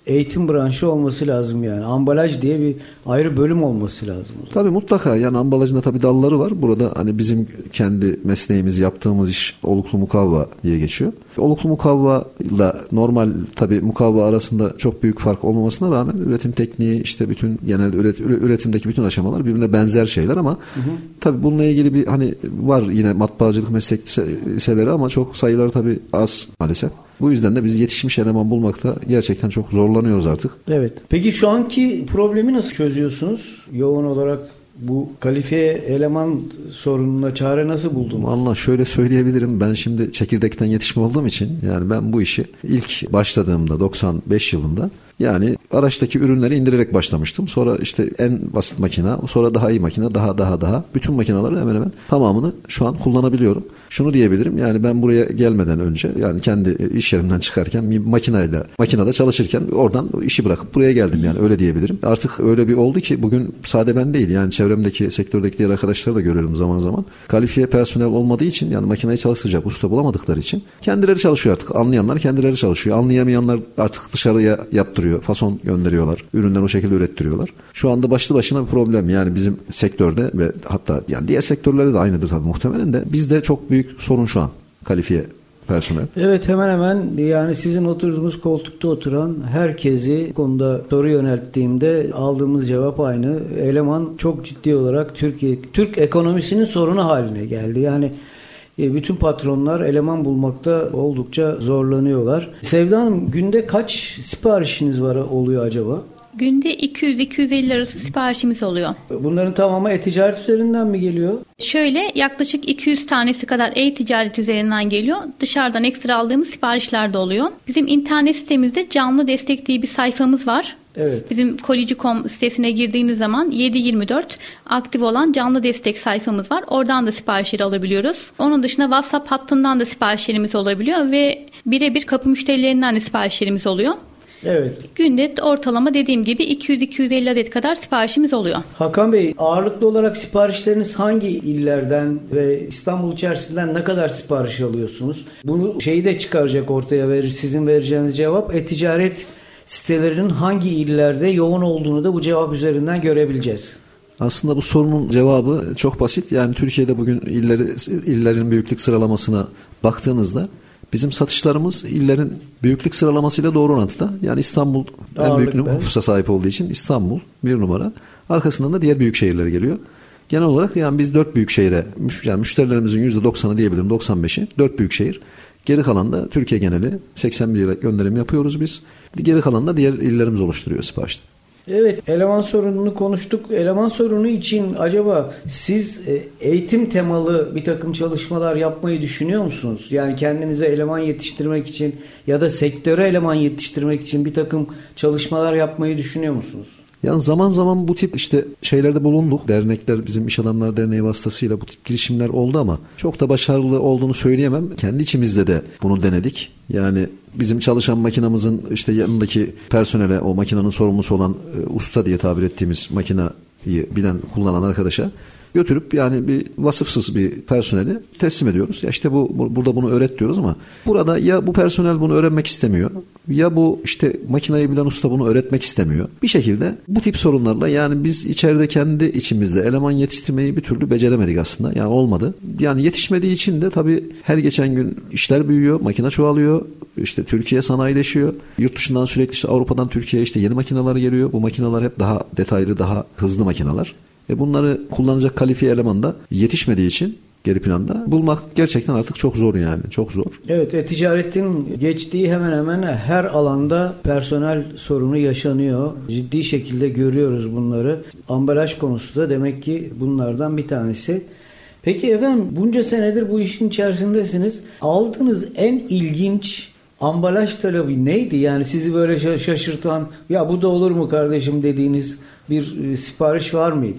Speaker 2: eğitim branşı olması lazım yani. Ambalaj diye bir ayrı bölüm olması lazım.
Speaker 4: Tabii mutlaka, yani ambalajında tabii dalları var. Burada hani bizim kendi mesleğimiz, yaptığımız iş oluklu mukavva diye geçiyor. Oluklu mukavva ile normal tabii mukavva arasında çok büyük fark olmamasına rağmen üretim tekniği, işte bütün genel üretimdeki bütün aşamalar birbirine benzer şeyler ama tabii bununla ilgili bir hani var yine matbaacılık meslek liseleri ama çok sayıları tabii az maalesef. Bu yüzden de biz yetişmiş eleman bulmakta gerçekten çok zorlanıyoruz artık.
Speaker 2: Evet. Peki şu anki problemi nasıl çözüyorsunuz? Yoğun olarak bu kalifiye eleman sorununa çare nasıl buldunuz?
Speaker 4: Vallahi şöyle söyleyebilirim. Ben şimdi çekirdekten yetişme olduğum için yani ben bu işi ilk başladığımda 95 yılında yani araçtaki ürünleri indirerek başlamıştım. Sonra işte en basit makina, sonra daha iyi makina, daha bütün makinaları hemen hemen tamamını şu an kullanabiliyorum. Şunu diyebilirim, yani ben buraya gelmeden önce yani kendi iş yerimden çıkarken bir makinede çalışırken oradan işi bırakıp buraya geldim, yani öyle diyebilirim. Artık öyle bir oldu ki bugün sade ben değil, yani çevremdeki sektördeki diğer arkadaşları da görüyorum zaman zaman. Kalifiye personel olmadığı için, yani makineyi çalıştıracak usta bulamadıkları için kendileri çalışıyor artık. Anlayanlar kendileri çalışıyor. Anlayamayanlar artık dışarıya yaptırıyor. Fason gönderiyorlar. Ürünleri o şekilde ürettiriyorlar. Şu anda başlı başına bir problem. Yani bizim sektörde ve hatta yani diğer sektörlerde de aynıdır tabii muhtemelen de. Bizde çok büyük sorun şu an kalifiye personel.
Speaker 2: Evet, hemen hemen yani sizin oturduğunuz koltukta oturan herkesi konuda soru yönelttiğimde aldığımız cevap aynı. Eleman çok ciddi olarak Türk ekonomisinin sorunu haline geldi. Yani bütün patronlar eleman bulmakta oldukça zorlanıyorlar. Sevda Hanım, günde kaç siparişiniz oluyor acaba?
Speaker 3: Günde 200-250 arası siparişimiz oluyor.
Speaker 2: Bunların tamamı e-ticaret üzerinden mi geliyor?
Speaker 3: Şöyle yaklaşık 200 tanesi kadar e-ticaret üzerinden geliyor. Dışarıdan ekstra aldığımız siparişler de oluyor. Bizim internet sitemizde canlı destek diye bir sayfamız var.
Speaker 2: Evet.
Speaker 3: Bizim Kolici.com sitesine girdiğiniz zaman 7/24 aktif olan canlı destek sayfamız var. Oradan da siparişleri alabiliyoruz. Onun dışında WhatsApp hattından da siparişlerimiz olabiliyor ve birebir kapı müşterilerinden de siparişlerimiz oluyor.
Speaker 2: Evet.
Speaker 3: Günde ortalama dediğim gibi 200-250 adet kadar siparişimiz oluyor.
Speaker 2: Hakan Bey, ağırlıklı olarak siparişleriniz hangi illerden ve İstanbul içerisinden ne kadar sipariş alıyorsunuz? Bunu de çıkaracak ortaya sizin vereceğiniz cevap. E-ticaret sitelerinin hangi illerde yoğun olduğunu da bu cevap üzerinden görebileceğiz.
Speaker 4: Aslında bu sorunun cevabı çok basit. Yani Türkiye'de bugün illerin büyüklük sıralamasına baktığınızda bizim satışlarımız illerin büyüklük sıralamasıyla doğru orantıda. Yani İstanbul en büyük nüfusa sahip olduğu için İstanbul bir numara. Arkasından da diğer büyük şehirler geliyor. Genel olarak yani biz 4 büyük şehire, yani müşterilerimizin %90'ı diyebilirim, 95'i 4 büyük şehir. Geri kalan da Türkiye geneli 81 ile gönderim yapıyoruz biz. Geri kalan da diğer illerimiz oluşturuyor siparişte.
Speaker 2: Evet, eleman sorununu konuştuk. Eleman sorunu için acaba siz eğitim temalı bir takım çalışmalar yapmayı düşünüyor musunuz? Yani kendinize eleman yetiştirmek için ya da sektöre eleman yetiştirmek için bir takım çalışmalar yapmayı düşünüyor musunuz?
Speaker 4: Yani zaman zaman bu tip işte şeylerde bulunduk. Dernekler, bizim İş Adamları Derneği vasıtasıyla bu tip girişimler oldu ama çok da başarılı olduğunu söyleyemem. Kendi içimizde de bunu denedik. Yani bizim çalışan makinamızın işte yanındaki personele, o makinenin sorumlusu olan usta diye tabir ettiğimiz makinayı bilen, kullanan arkadaşa götürüp yani bir vasıfsız bir personeli teslim ediyoruz. Ya işte burada bunu öğret diyoruz ama burada ya bu personel bunu öğrenmek istemiyor ya bu işte makinayı bilen usta bunu öğretmek istemiyor. Bir şekilde bu tip sorunlarla yani biz içeride kendi içimizde eleman yetiştirmeyi bir türlü beceremedik aslında. Yani olmadı. Yani yetişmediği için de tabii her geçen gün işler büyüyor, makine çoğalıyor. İşte Türkiye sanayileşiyor. Yurt dışından sürekli işte Avrupa'dan Türkiye'ye işte yeni makineler geliyor. Bu makineler hep daha detaylı, daha hızlı makineler. Bunları kullanacak kalifiye eleman da yetişmediği için geri planda bulmak gerçekten artık çok zor, yani çok zor.
Speaker 2: Evet, ticaretin geçtiği hemen hemen her alanda personel sorunu yaşanıyor. Ciddi şekilde görüyoruz bunları. Ambalaj konusu da demek ki bunlardan bir tanesi. Peki efendim, bunca senedir bu işin içerisindesiniz. Aldığınız en ilginç ambalaj talebi neydi? Yani sizi böyle şaşırtan, ya bu da olur mu kardeşim dediğiniz bir sipariş var mıydı?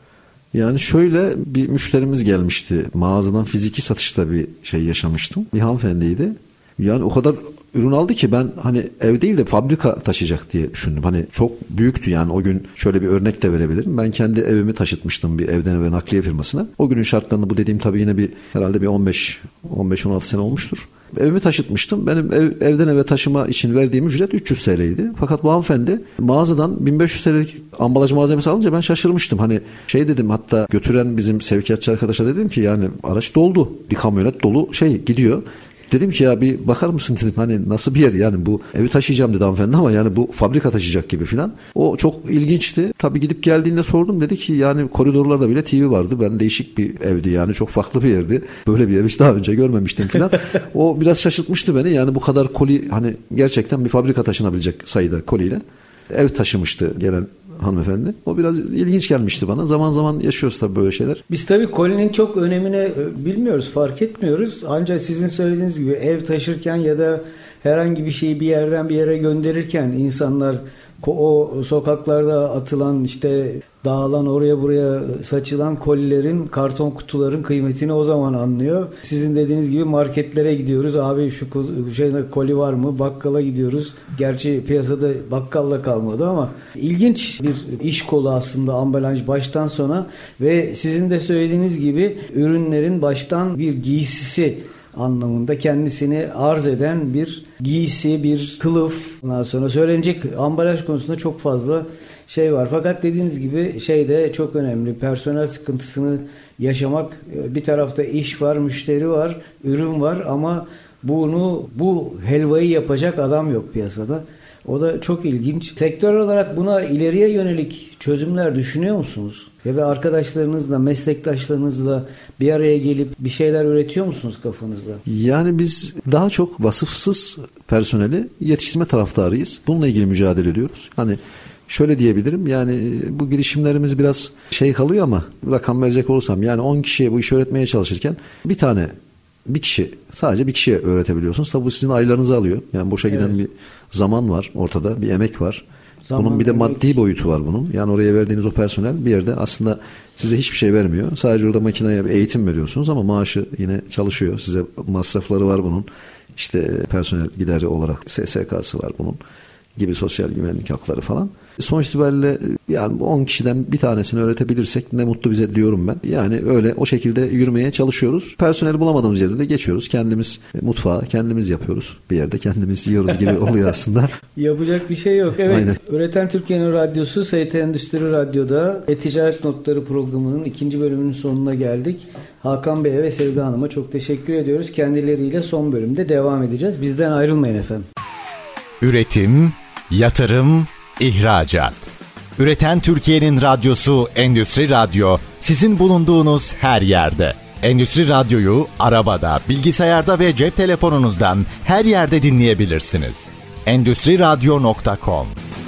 Speaker 4: Yani şöyle bir müşterimiz gelmişti. Mağazadan fiziki satışta bir şey yaşamıştım. Bir hanımefendiydi. Yani o kadar ürün aldı ki ben hani ev değil de fabrika taşıyacak diye düşündüm. Hani çok büyüktü yani o gün. Şöyle bir örnek de verebilirim. Ben kendi evimi taşıtmıştım bir evden eve nakliye firmasına. O günün şartlarında bu dediğim tabii yine herhalde bir 15-16 sene olmuştur. Evimi taşıtmıştım. Benim evden eve taşıma için verdiğim ücret 300 TL'ydi. Fakat bu hanımefendi mağazadan 1500 TL'lik ambalaj malzemesi alınca ben şaşırmıştım. Hani dedim, hatta götüren bizim sevkiyatçı arkadaşa dedim ki yani araç doldu. Bir kamyonet dolu gidiyor. Dedim ki ya bir bakar mısın dedim, hani nasıl bir yer yani, bu evi taşıyacağım dedi hanımefendi ama yani bu fabrika taşıyacak gibi filan. O çok ilginçti. Tabii gidip geldiğinde sordum, dedi ki yani koridorlarda bile TV vardı. Ben değişik bir evdi yani, çok farklı bir yerdi. Böyle bir ev hiç daha önce görmemiştim filan. O biraz şaşırtmıştı beni yani, bu kadar koli, hani gerçekten bir fabrika taşınabilecek sayıda koliyle ev taşımıştı gelen hanımefendi. O biraz ilginç gelmişti bana. Zaman zaman yaşıyoruz tabii böyle şeyler.
Speaker 2: Biz tabii kolinin çok önemini bilmiyoruz, fark etmiyoruz. Ancak sizin söylediğiniz gibi ev taşırken ya da herhangi bir şeyi bir yerden bir yere gönderirken insanlar o sokaklarda atılan, dağılan, oraya buraya saçılan kolilerin, karton kutuların kıymetini o zaman anlıyor. Sizin dediğiniz gibi marketlere gidiyoruz. Abi şu koli var mı? Bakkala gidiyoruz. Gerçi piyasada bakkalla kalmadı ama ilginç bir iş kolu aslında ambalaj baştan sona ve sizin de söylediğiniz gibi ürünlerin baştan bir giysisi anlamında kendisini arz eden bir giysi, bir kılıf. Ondan sonra söylenecek ambalaj konusunda çok fazla var. Fakat dediğiniz gibi de çok önemli. Personel sıkıntısını yaşamak, bir tarafta iş var, müşteri var, ürün var ama bu helvayı yapacak adam yok piyasada. O da çok ilginç. Sektör olarak buna ileriye yönelik çözümler düşünüyor musunuz? Ya da arkadaşlarınızla, meslektaşlarınızla bir araya gelip bir şeyler üretiyor musunuz kafanızda? Yani biz daha çok vasıfsız personeli yetiştirme taraftarıyız. Bununla ilgili mücadele ediyoruz. Hani şöyle diyebilirim, yani bu girişimlerimiz biraz kalıyor ama rakam verecek olursam yani 10 kişiye bu işi öğretmeye çalışırken sadece bir kişiye öğretebiliyorsunuz. Tabii bu sizin aylarınızı alıyor. Yani boşa giden bir zaman var ortada, bir emek var. Bunun bir de maddi boyutu var bunun. Yani oraya verdiğiniz o personel bir yerde aslında size hiçbir şey vermiyor. Sadece orada makineye bir eğitim veriyorsunuz ama maaşı yine çalışıyor. Size masrafları var bunun. Personel gideri olarak SSK'sı var bunun gibi, sosyal güvenlik hakları falan. Sonuç itibariyle yani 10 kişiden bir tanesini öğretebilirsek ne mutlu bize diyorum ben. Yani öyle o şekilde yürümeye çalışıyoruz. Personel bulamadığımız yerde de geçiyoruz. Kendimiz mutfağı kendimiz yapıyoruz. Bir yerde kendimiz yiyoruz gibi oluyor aslında. Yapacak bir şey yok. Evet.
Speaker 4: Aynen.
Speaker 2: Üreten Türkiye'nin radyosu ST Endüstri Radyo'da E-Ticaret Notları programının 2. bölümünün sonuna geldik. Hakan Bey'e ve Sevda Hanım'a çok teşekkür ediyoruz. Kendileriyle son bölümde devam edeceğiz. Bizden ayrılmayın efendim.
Speaker 1: Üretim, yatırım, ihracat. Üreten Türkiye'nin radyosu Endüstri Radyo, sizin bulunduğunuz her yerde. Endüstri Radyo'yu arabada, bilgisayarda ve cep telefonunuzdan her yerde dinleyebilirsiniz. Endüstriradyo.com.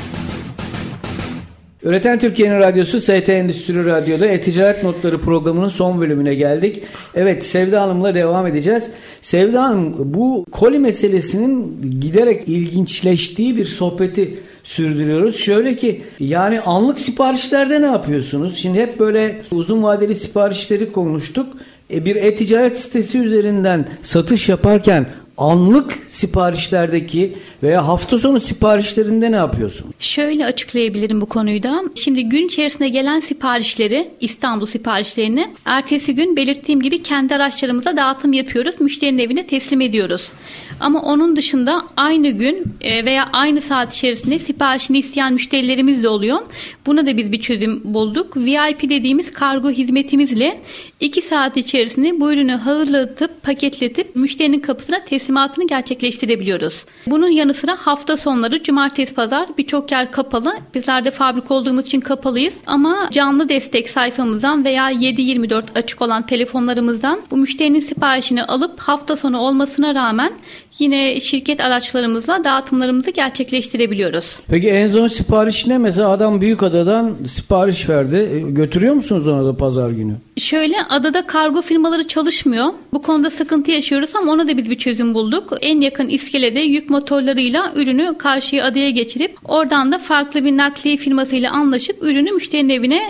Speaker 2: Üreten Türkiye'nin radyosu ST Endüstri Radyo'da E-Ticaret Notları programının son bölümüne geldik. Evet, Sevda Hanım'la devam edeceğiz. Sevda Hanım, bu koli meselesinin giderek ilginçleştiği bir sohbeti sürdürüyoruz. Şöyle ki, yani anlık siparişlerde ne yapıyorsunuz? Şimdi hep böyle uzun vadeli siparişleri konuştuk. Bir e-ticaret sitesi üzerinden satış yaparken anlık siparişlerdeki veya hafta sonu siparişlerinde ne yapıyorsun?
Speaker 3: Şöyle açıklayabilirim bu konuyu da. Şimdi gün içerisinde gelen siparişleri, İstanbul siparişlerini ertesi gün belirttiğim gibi kendi araçlarımıza dağıtım yapıyoruz. Müşterinin evine teslim ediyoruz. Ama onun dışında aynı gün veya aynı saat içerisinde siparişini isteyen müşterilerimiz de oluyor. Buna da biz bir çözüm bulduk. VIP dediğimiz kargo hizmetimizle 2 saat içerisinde bu ürünü hazırlatıp paketletip müşterinin kapısına teslimatını gerçekleştirebiliyoruz. Bunun yanı sıra hafta sonları cumartesi pazar birçok yer kapalı. Bizler de fabrika olduğumuz için kapalıyız. Ama canlı destek sayfamızdan veya 7/24 açık olan telefonlarımızdan bu müşterinin siparişini alıp hafta sonu olmasına rağmen yine şirket araçlarımızla dağıtımlarımızı gerçekleştirebiliyoruz.
Speaker 2: Peki en son sipariş ne? Mesela adam Büyükada'dan sipariş verdi. Götürüyor musunuz ona da pazar günü?
Speaker 3: Şöyle, adada kargo firmaları çalışmıyor. Bu konuda sıkıntı yaşıyoruz ama ona da biz bir çözüm bulduk. En yakın iskelede yük motorlarıyla ürünü karşıya adaya geçirip oradan da farklı bir nakliye firmasıyla anlaşıp ürünü müşterinin evine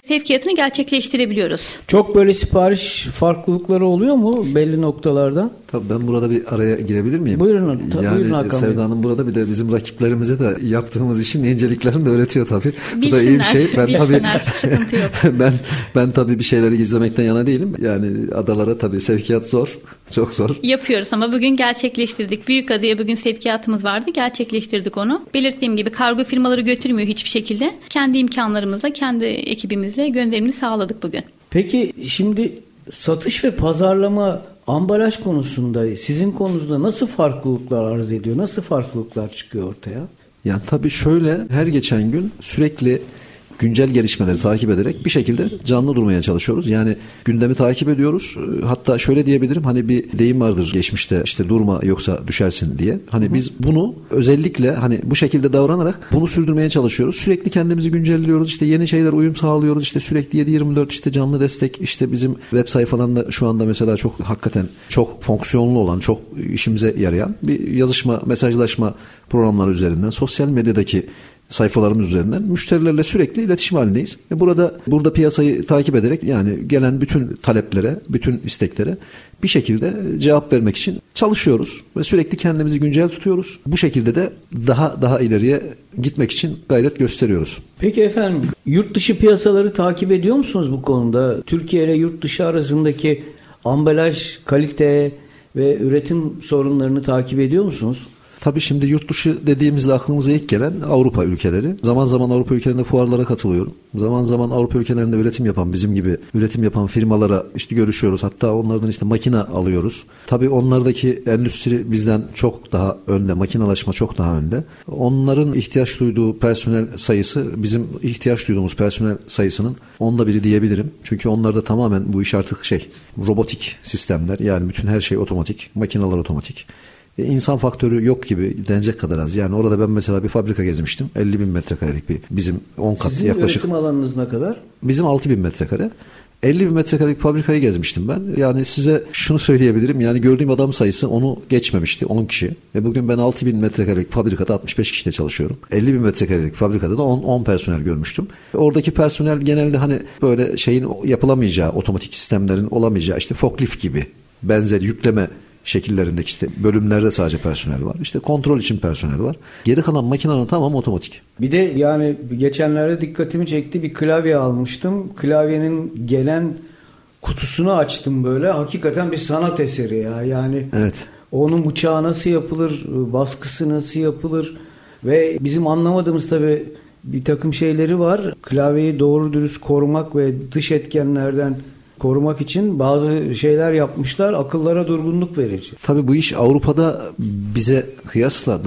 Speaker 3: sevkiyatını gerçekleştirebiliyoruz.
Speaker 2: Çok böyle sipariş farklılıkları oluyor mu belli noktalardan?
Speaker 4: Tabii ben burada bir araya girebilir miyim?
Speaker 2: Buyurun. Buyurun Hakan Bey.
Speaker 4: Sevda Hanım burada bir de bizim rakiplerimize de yaptığımız işin inceliklerini de öğretiyor tabii. Bu da iyi bir şey.
Speaker 3: Sıkıntı yok.
Speaker 4: Ben tabii bir şeyleri gizlemekten yana değilim. Yani adalara tabii sevkiyat zor. Çok zor.
Speaker 3: Yapıyoruz ama bugün gerçekleştirdik. Büyükada'ya bugün sevkiyatımız vardı. Gerçekleştirdik onu. Belirttiğim gibi kargo firmaları götürmüyor hiçbir şekilde. Kendi imkanlarımızla, kendi ekibimizle gönderimini sağladık bugün.
Speaker 2: Peki şimdi satış ve pazarlama, ambalaj konusunda sizin konunuzda nasıl farklılıklar arz ediyor? Nasıl farklılıklar çıkıyor ortaya?
Speaker 4: Yani tabii şöyle, her geçen gün sürekli güncel gelişmeleri takip ederek bir şekilde canlı durmaya çalışıyoruz. Yani gündemi takip ediyoruz. Hatta şöyle diyebilirim, hani bir deyim vardır geçmişte, işte durma yoksa düşersin diye. Hani biz bunu özellikle hani bu şekilde davranarak bunu sürdürmeye çalışıyoruz. Sürekli kendimizi güncelliyoruz. İşte yeni şeyler uyum sağlıyoruz. İşte sürekli 7/24 işte canlı destek. İşte bizim web sayfalarında şu anda mesela çok hakikaten çok fonksiyonlu olan, çok işimize yarayan bir yazışma, mesajlaşma programları üzerinden, sosyal medyadaki sayfalarımız üzerinden müşterilerle sürekli iletişim halindeyiz. Burada piyasayı takip ederek, yani gelen bütün taleplere, bütün isteklere bir şekilde cevap vermek için çalışıyoruz ve sürekli kendimizi güncel tutuyoruz. Bu şekilde de daha ileriye gitmek için gayret gösteriyoruz.
Speaker 2: Peki efendim, yurt dışı piyasaları takip ediyor musunuz bu konuda? Türkiye ile yurt dışı arasındaki ambalaj, kalite ve üretim sorunlarını takip ediyor musunuz?
Speaker 4: Tabii şimdi yurt dışı dediğimizde aklımıza ilk gelen Avrupa ülkeleri. Zaman zaman Avrupa ülkelerinde fuarlara katılıyorum. Zaman zaman Avrupa ülkelerinde üretim yapan, bizim gibi üretim yapan firmalara işte görüşüyoruz. Hatta onlardan işte makine alıyoruz. Tabii onlardaki endüstri bizden çok daha önde. Makinalaşma çok daha önde. Onların ihtiyaç duyduğu personel sayısı bizim ihtiyaç duyduğumuz personel sayısının 1/10 diyebilirim. Çünkü onlarda tamamen bu iş artık robotik sistemler. Yani bütün her şey otomatik. Makineler otomatik. İnsan faktörü yok gibi denecek kadar az. Yani orada ben mesela bir fabrika gezmiştim. 50.000 metrekarelik bir, bizim 10 kat
Speaker 2: Sizin
Speaker 4: yaklaşık.
Speaker 2: Sizin üretim alanınız ne kadar?
Speaker 4: Bizim 6.000 metrekare. 50.000 metrekarelik fabrikayı gezmiştim ben. Yani size şunu söyleyebilirim. Yani gördüğüm adam sayısı onu geçmemişti. 10 kişi. Bugün ben 6.000 metrekarelik fabrikada 65 kişiyle çalışıyorum. 50.000 metrekarelik fabrikada da 10 personel görmüştüm. Oradaki personel genelde hani böyle şeyin yapılamayacağı, otomatik sistemlerin olamayacağı, işte forklift gibi benzer yükleme şekillerindeki işte bölümlerde sadece personel var. İşte kontrol için personel var. Geri kalan makinenin tamamı otomatik.
Speaker 2: Bir de yani geçenlerde dikkatimi çekti, bir klavye almıştım. Klavyenin gelen kutusunu açtım böyle. Hakikaten bir sanat eseri ya. Yani
Speaker 4: evet.
Speaker 2: Onun bıçağı nasıl yapılır, baskısı nasıl yapılır ve bizim anlamadığımız tabii bir takım şeyleri var. Klavyeyi doğru dürüst korumak ve dış etkenlerden korumak için bazı şeyler yapmışlar. Akıllara durgunluk verici.
Speaker 4: Tabii bu iş Avrupa'da bize kıyasla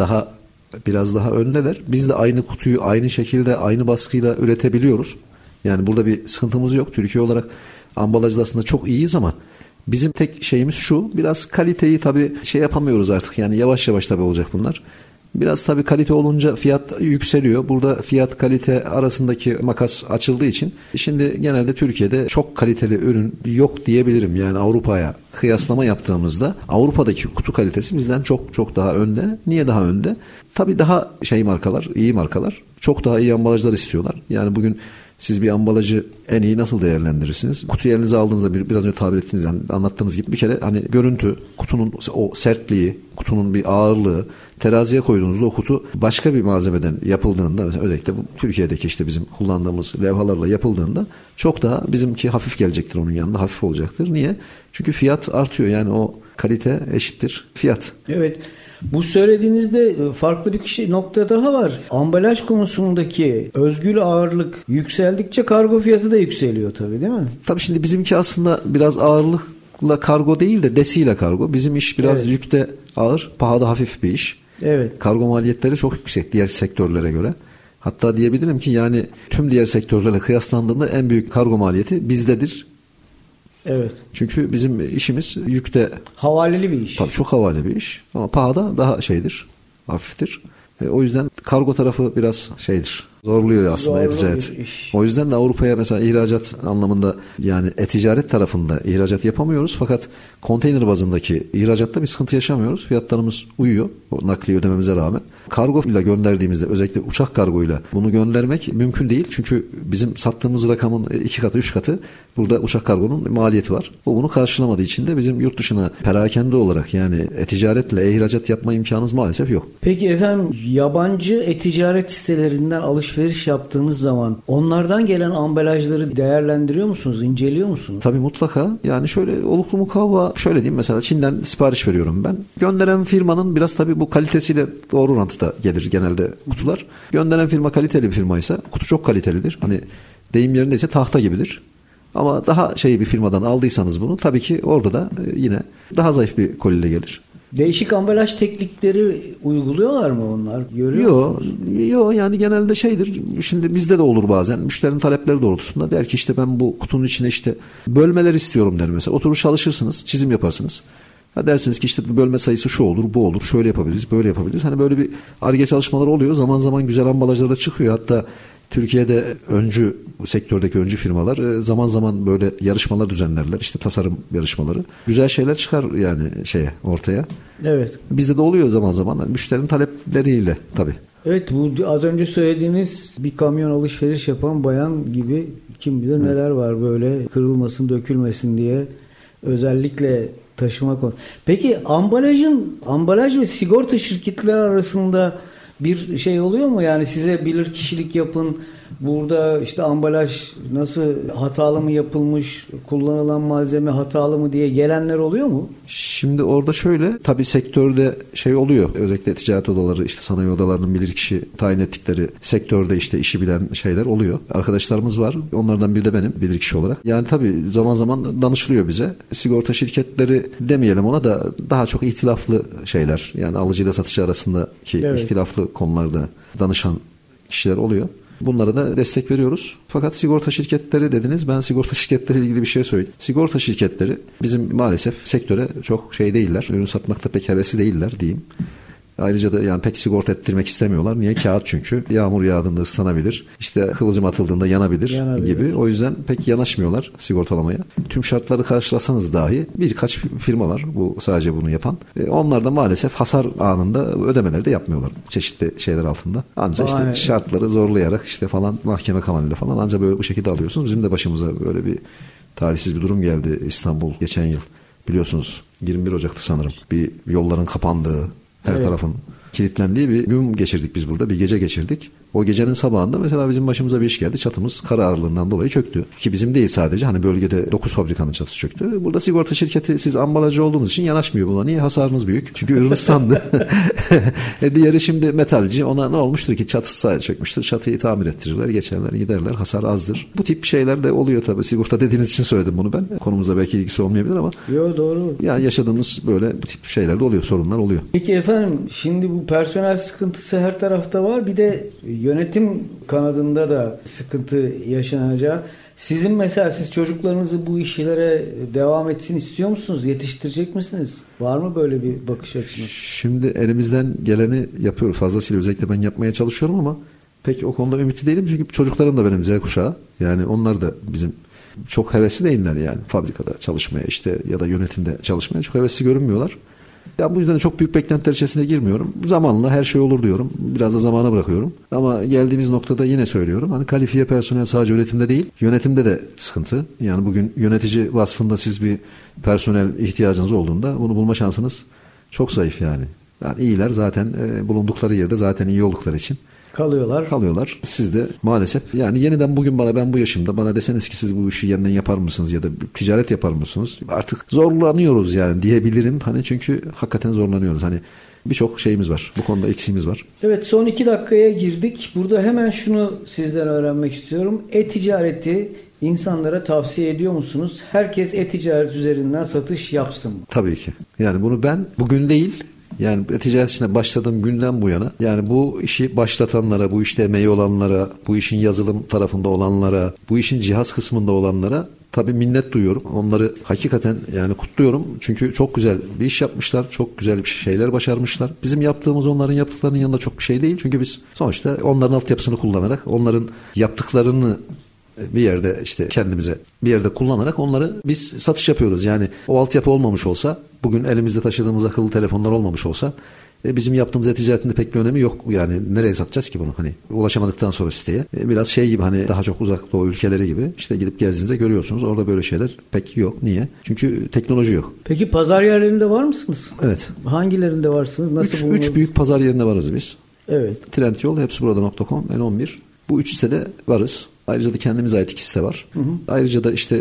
Speaker 4: biraz daha öndeler. Biz de aynı kutuyu aynı şekilde, aynı baskıyla üretebiliyoruz. Yani burada bir sıkıntımız yok. Türkiye olarak ambalajda aslında çok iyiyiz ama bizim tek şeyimiz şu: biraz kaliteyi tabii yapamıyoruz artık. Yani yavaş yavaş tabii olacak bunlar. Biraz tabii kalite olunca fiyat yükseliyor. Burada fiyat kalite arasındaki makas açıldığı için şimdi genelde Türkiye'de çok kaliteli ürün yok diyebilirim. Yani Avrupa'ya kıyaslama yaptığımızda Avrupa'daki kutu kalitesi bizden çok çok daha önde. Niye daha önde? Tabii daha markalar, iyi markalar. Çok daha iyi ambalajlar istiyorlar. Yani bugün siz bir ambalajı en iyi nasıl değerlendirirsiniz? Kutuyu elinize aldığınızda biraz önce tabir ettiğiniz, yani anlattığınız gibi bir kere hani görüntü, kutunun o sertliği, kutunun bir ağırlığı, teraziye koyduğunuzda o kutu başka bir malzemeden yapıldığında, mesela özellikle bu Türkiye'deki işte bizim kullandığımız levhalarla yapıldığında çok daha bizimki hafif gelecektir, onun yanında hafif olacaktır. Niye? Çünkü fiyat artıyor. Yani o kalite eşittir fiyat.
Speaker 2: Evet. Bu söylediğinizde farklı bir nokta daha var. Ambalaj konusundaki özgül ağırlık yükseldikçe kargo fiyatı da yükseliyor tabii, değil mi?
Speaker 4: Tabii şimdi bizimki aslında biraz ağırlıkla kargo değil de desiyle kargo. Bizim iş biraz yükte ağır, pahada hafif bir iş.
Speaker 2: Evet.
Speaker 4: Kargo maliyetleri çok yüksek diğer sektörlere göre. Hatta diyebilirim ki yani tüm diğer sektörlerle kıyaslandığında en büyük kargo maliyeti bizdedir.
Speaker 2: Evet.
Speaker 4: Çünkü bizim işimiz yükte.
Speaker 2: Havaleli bir iş.
Speaker 4: Tabii çok havale bir iş. Ama pahada daha hafiftir. O yüzden kargo tarafı biraz zorluyor aslında e-ticaret. O yüzden de Avrupa'ya mesela ihracat anlamında, yani e-ticaret tarafında ihracat yapamıyoruz. Fakat konteyner bazındaki ihracatta bir sıkıntı yaşamıyoruz. Fiyatlarımız uyuyor o nakliye ödememize rağmen. Kargo ile gönderdiğimizde, özellikle uçak kargoyla bunu göndermek mümkün değil. Çünkü bizim sattığımız rakamın 2 katı 3 katı burada uçak kargonun maliyeti var. O bunu karşılamadığı için de bizim yurt dışına perakende olarak, yani e-ticaretle ihracat yapma imkanımız maalesef yok.
Speaker 2: Peki efendim, yabancı e-ticaret sitelerinden alışveriş yaptığınız zaman onlardan gelen ambalajları değerlendiriyor musunuz? İnceliyor musunuz?
Speaker 4: Tabii mutlaka. Yani şöyle oluklu mukavva, şöyle diyeyim, mesela Çin'den sipariş veriyorum ben. Gönderen firmanın biraz tabii bu kalitesiyle doğru orantıda gelir genelde kutular. Gönderen firma kaliteli bir firmaysa kutu çok kalitelidir. Hani deyim yerindeyse tahta gibidir. Ama daha bir firmadan aldıysanız bunu, tabii ki orada da yine daha zayıf bir koliyle gelir.
Speaker 2: Değişik ambalaj teknikleri uyguluyorlar mı onlar? Görüyor musunuz?
Speaker 4: Yok, yani genelde şimdi bizde de olur bazen. Müşterinin talepleri doğrultusunda der ki ben bu kutunun içine bölmeler istiyorum der mesela. Oturur çalışırsınız, çizim yaparsınız. Dersiniz ki bölme sayısı şu olur, bu olur, şöyle yapabiliriz, böyle yapabiliriz. Hani böyle bir Ar-Ge çalışmaları oluyor. Zaman zaman güzel ambalajlar da çıkıyor. Hatta Türkiye'de sektördeki öncü firmalar zaman zaman böyle yarışmalar düzenlerler. Tasarım yarışmaları. Güzel şeyler çıkar yani ortaya. Evet. Bizde de oluyor zaman zaman. Müşterinin talepleriyle tabii.
Speaker 2: Evet, bu az önce söylediğiniz bir kamyon alışveriş yapan bayan gibi kim bilir neler var böyle, kırılmasın, dökülmesin diye özellikle taşıma konu. Peki ambalaj ve sigorta şirketleri arasında bir oluyor mu? Yani size bilirkişilik yapın, burada ambalaj nasıl, hatalı mı yapılmış, kullanılan malzeme hatalı mı diye gelenler oluyor mu?
Speaker 4: Şimdi orada tabii sektörde oluyor. Özellikle ticaret odaları, sanayi odalarının bilirkişi tayin ettikleri sektörde işi bilen şeyler oluyor. Arkadaşlarımız var. Onlardan biri de benim bilirkişi olarak. Yani tabii zaman zaman danışılıyor bize. Sigorta şirketleri demeyelim ona da, daha çok ihtilaflı şeyler. Yani alıcıyla satıcı arasındaki ihtilaflı konularda danışan kişiler oluyor. Bunlara da destek veriyoruz. Fakat sigorta şirketleri dediniz. Ben sigorta şirketleriyle ilgili bir şey söyleyeyim. Sigorta şirketleri bizim maalesef sektöre çok değiller. Ürün satmakta pek hevesli değiller diyeyim. Ayrıca da yani pek sigorta ettirmek istemiyorlar. Niye? Kağıt çünkü. Yağmur yağdığında ıslanabilir. Kıvılcım atıldığında yanabilir gibi. O yüzden pek yanaşmıyorlar sigortalamaya. Tüm şartları karşılasanız dahi birkaç firma var sadece bunu yapan. Onlar da maalesef hasar anında ödemeleri de yapmıyorlar. Çeşitli şeyler altında. Ancak şartları zorlayarak falan mahkeme kanalıyla falan ancak böyle bu şekilde alıyorsunuz. Bizim de başımıza böyle bir talihsiz bir durum geldi İstanbul geçen yıl. Biliyorsunuz 21 Ocak'ta sanırım. Bir yolların kapandığı, her tarafın kilitlendiği bir gün geçirdik biz burada. Bir gece geçirdik. O gecenin sabahında mesela bizim başımıza bir iş geldi. Çatımız kar ağırlığından dolayı çöktü. Ki bizim değil sadece. Bölgede 9 fabrikanın çatısı çöktü. Burada sigorta şirketi, siz ambalajcı olduğunuz için yanaşmıyor buna. Niye? Hasarınız büyük. Çünkü ürün ıslandı. Diğeri şimdi metalci. Ona ne olmuştur ki? Çatısı sadece çökmüştür. Çatıyı tamir ettirirler, geçerler, giderler. Hasar azdır. Bu tip şeyler de oluyor tabii. Sigorta dediğiniz için söyledim bunu ben. Konumuzla belki ilgisi olmayabilir ama.
Speaker 2: Yok, doğru.
Speaker 4: Yani yaşadığımız böyle bu tip şeyler de oluyor. Sorunlar oluyor.
Speaker 2: Peki efendim, şimdi bu personel sıkıntısı her tarafta var. Bir de yönetim kanadında da sıkıntı yaşanacağı. Sizin mesela, siz çocuklarınızı bu işlere devam etsin istiyor musunuz? Yetiştirecek misiniz? Var mı böyle bir bakış açınız?
Speaker 4: Şimdi elimizden geleni yapıyoruz. Fazlasıyla özellikle ben yapmaya çalışıyorum ama pek o konuda ümitli değilim. Çünkü çocuklarım da benim Z kuşağı. Yani onlar da bizim çok hevesli değiller yani. Fabrikada çalışmaya ya da yönetimde çalışmaya çok hevesli görünmüyorlar. Ya bu yüzden de çok büyük beklentiler içerisine girmiyorum. Zamanla her şey olur diyorum. Biraz da zamana bırakıyorum. Ama geldiğimiz noktada yine söylüyorum. Kalifiye personel sadece üretimde değil, yönetimde de sıkıntı. Yani bugün yönetici vasfında siz bir personel ihtiyacınız olduğunda bunu bulma şansınız çok zayıf yani. Yani iyiler zaten bulundukları yerde zaten iyi oldukları için kalıyorlar. Siz de maalesef yani yeniden bugün ben bu yaşımda bana deseniz ki siz bu işi yeniden yapar mısınız ya da ticaret yapar mısınız? Artık zorlanıyoruz yani diyebilirim. Çünkü hakikaten zorlanıyoruz. Birçok şeyimiz var. Bu konuda eksiğimiz var.
Speaker 2: Evet, son 2 dakikaya girdik. Burada hemen şunu sizden öğrenmek istiyorum. E-ticareti insanlara tavsiye ediyor musunuz? Herkes e-ticaret üzerinden satış yapsın mı?
Speaker 4: Tabii ki. Yani bunu ben bugün değil, yani ticaret işine başladığım günden bu yana, yani bu işi başlatanlara, bu işte emeği olanlara, bu işin yazılım tarafında olanlara, bu işin cihaz kısmında olanlara tabii minnet duyuyorum. Onları hakikaten yani kutluyorum. Çünkü çok güzel bir iş yapmışlar. Çok güzel bir şeyler başarmışlar. Bizim yaptığımız onların yaptıklarının yanında çok bir şey değil. Çünkü biz sonuçta onların altyapısını kullanarak, onların yaptıklarını bir yerde işte kendimize bir yerde kullanarak onları biz satış yapıyoruz. Yani o altyapı olmamış olsa, bugün elimizde taşıdığımız akıllı telefonlar olmamış olsa bizim yaptığımız e-ticaretin de pek bir önemi yok. Yani nereye satacağız ki bunu? Hani ulaşamadıktan sonra siteye. Biraz şey gibi, hani daha çok uzak doğu ülkeleri gibi, işte gidip gezdiğinizde görüyorsunuz. Orada böyle şeyler pek yok. Niye? Çünkü teknoloji yok.
Speaker 2: Peki pazar yerlerinde var mısınız?
Speaker 4: Evet.
Speaker 2: Hangilerinde varsınız? Nasıl
Speaker 4: 3 büyük pazar yerinde varız biz.
Speaker 2: Evet.
Speaker 4: Trendyol, hepsiburada.com, N11. Bu 3 sitede varız. Ayrıca da kendimize ait 2 site var. Ayrıca da işte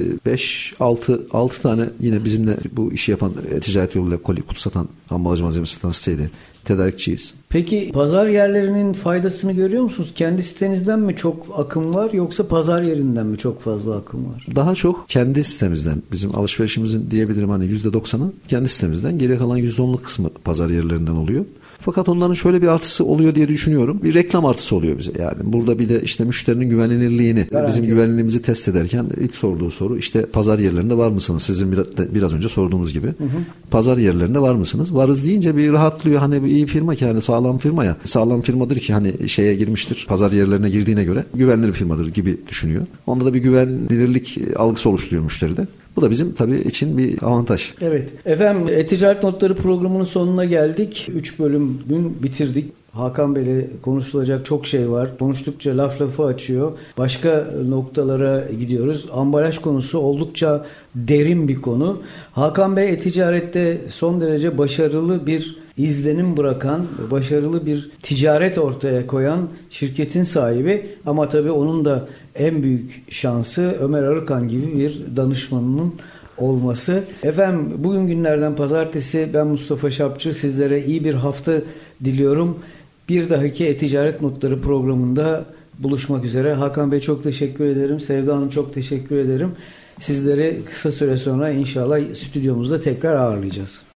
Speaker 4: 5-6 tane yine bizimle bu işi yapan, ticaret yoluyla koli kutu satan, ambalaj malzemesi satan siteydi. Tedarikçiyiz.
Speaker 2: Peki pazar yerlerinin faydasını görüyor musunuz? Kendi sitenizden mi çok akım var, yoksa pazar yerinden mi çok fazla akım var?
Speaker 4: Daha çok kendi sitemizden. Bizim alışverişimizin diyebilirim hani %90'ı kendi sitemizden. Geriye kalan %10'luk kısmı pazar yerlerinden oluyor. Fakat onların şöyle bir artısı oluyor diye düşünüyorum. Bir reklam artısı oluyor bize. Yani burada bir de işte müşterinin güvenilirliğini, bizim güvenilirliğimizi test ederken ilk sorduğu soru işte pazar yerlerinde var mısınız? Sizin biraz önce sorduğumuz gibi. Pazar yerlerinde var mısınız? Varız deyince bir rahatlıyor. Hani bir iyi firma ki, hani sağlam firma ya. Sağlam firmadır ki hani şeye girmiştir. Pazar yerlerine girdiğine göre güvenilir bir firmadır gibi düşünüyor. Onda da bir güvenilirlik algısı oluşturuyor müşteride. Bu da bizim tabii için bir avantaj.
Speaker 2: Evet. Efendim, E-Ticaret Notları programının sonuna geldik. 3 bölüm bitirdik. Hakan Bey'le konuşulacak çok şey var. Konuştukça lafı açıyor. Başka noktalara gidiyoruz. Ambalaj konusu oldukça derin bir konu. Hakan Bey e-ticarette son derece başarılı bir izlenim bırakan, başarılı bir ticaret ortaya koyan şirketin sahibi. Ama tabii onun da en büyük şansı Ömer Arıkan gibi bir danışmanının olması. Efendim, bugün günlerden pazartesi, ben Mustafa Şapçı, sizlere iyi bir hafta diliyorum. Bir dahaki E-Ticaret Notları programında buluşmak üzere. Hakan Bey çok teşekkür ederim. Sevda Hanım çok teşekkür ederim. Sizleri kısa süre sonra inşallah stüdyomuzda tekrar ağırlayacağız.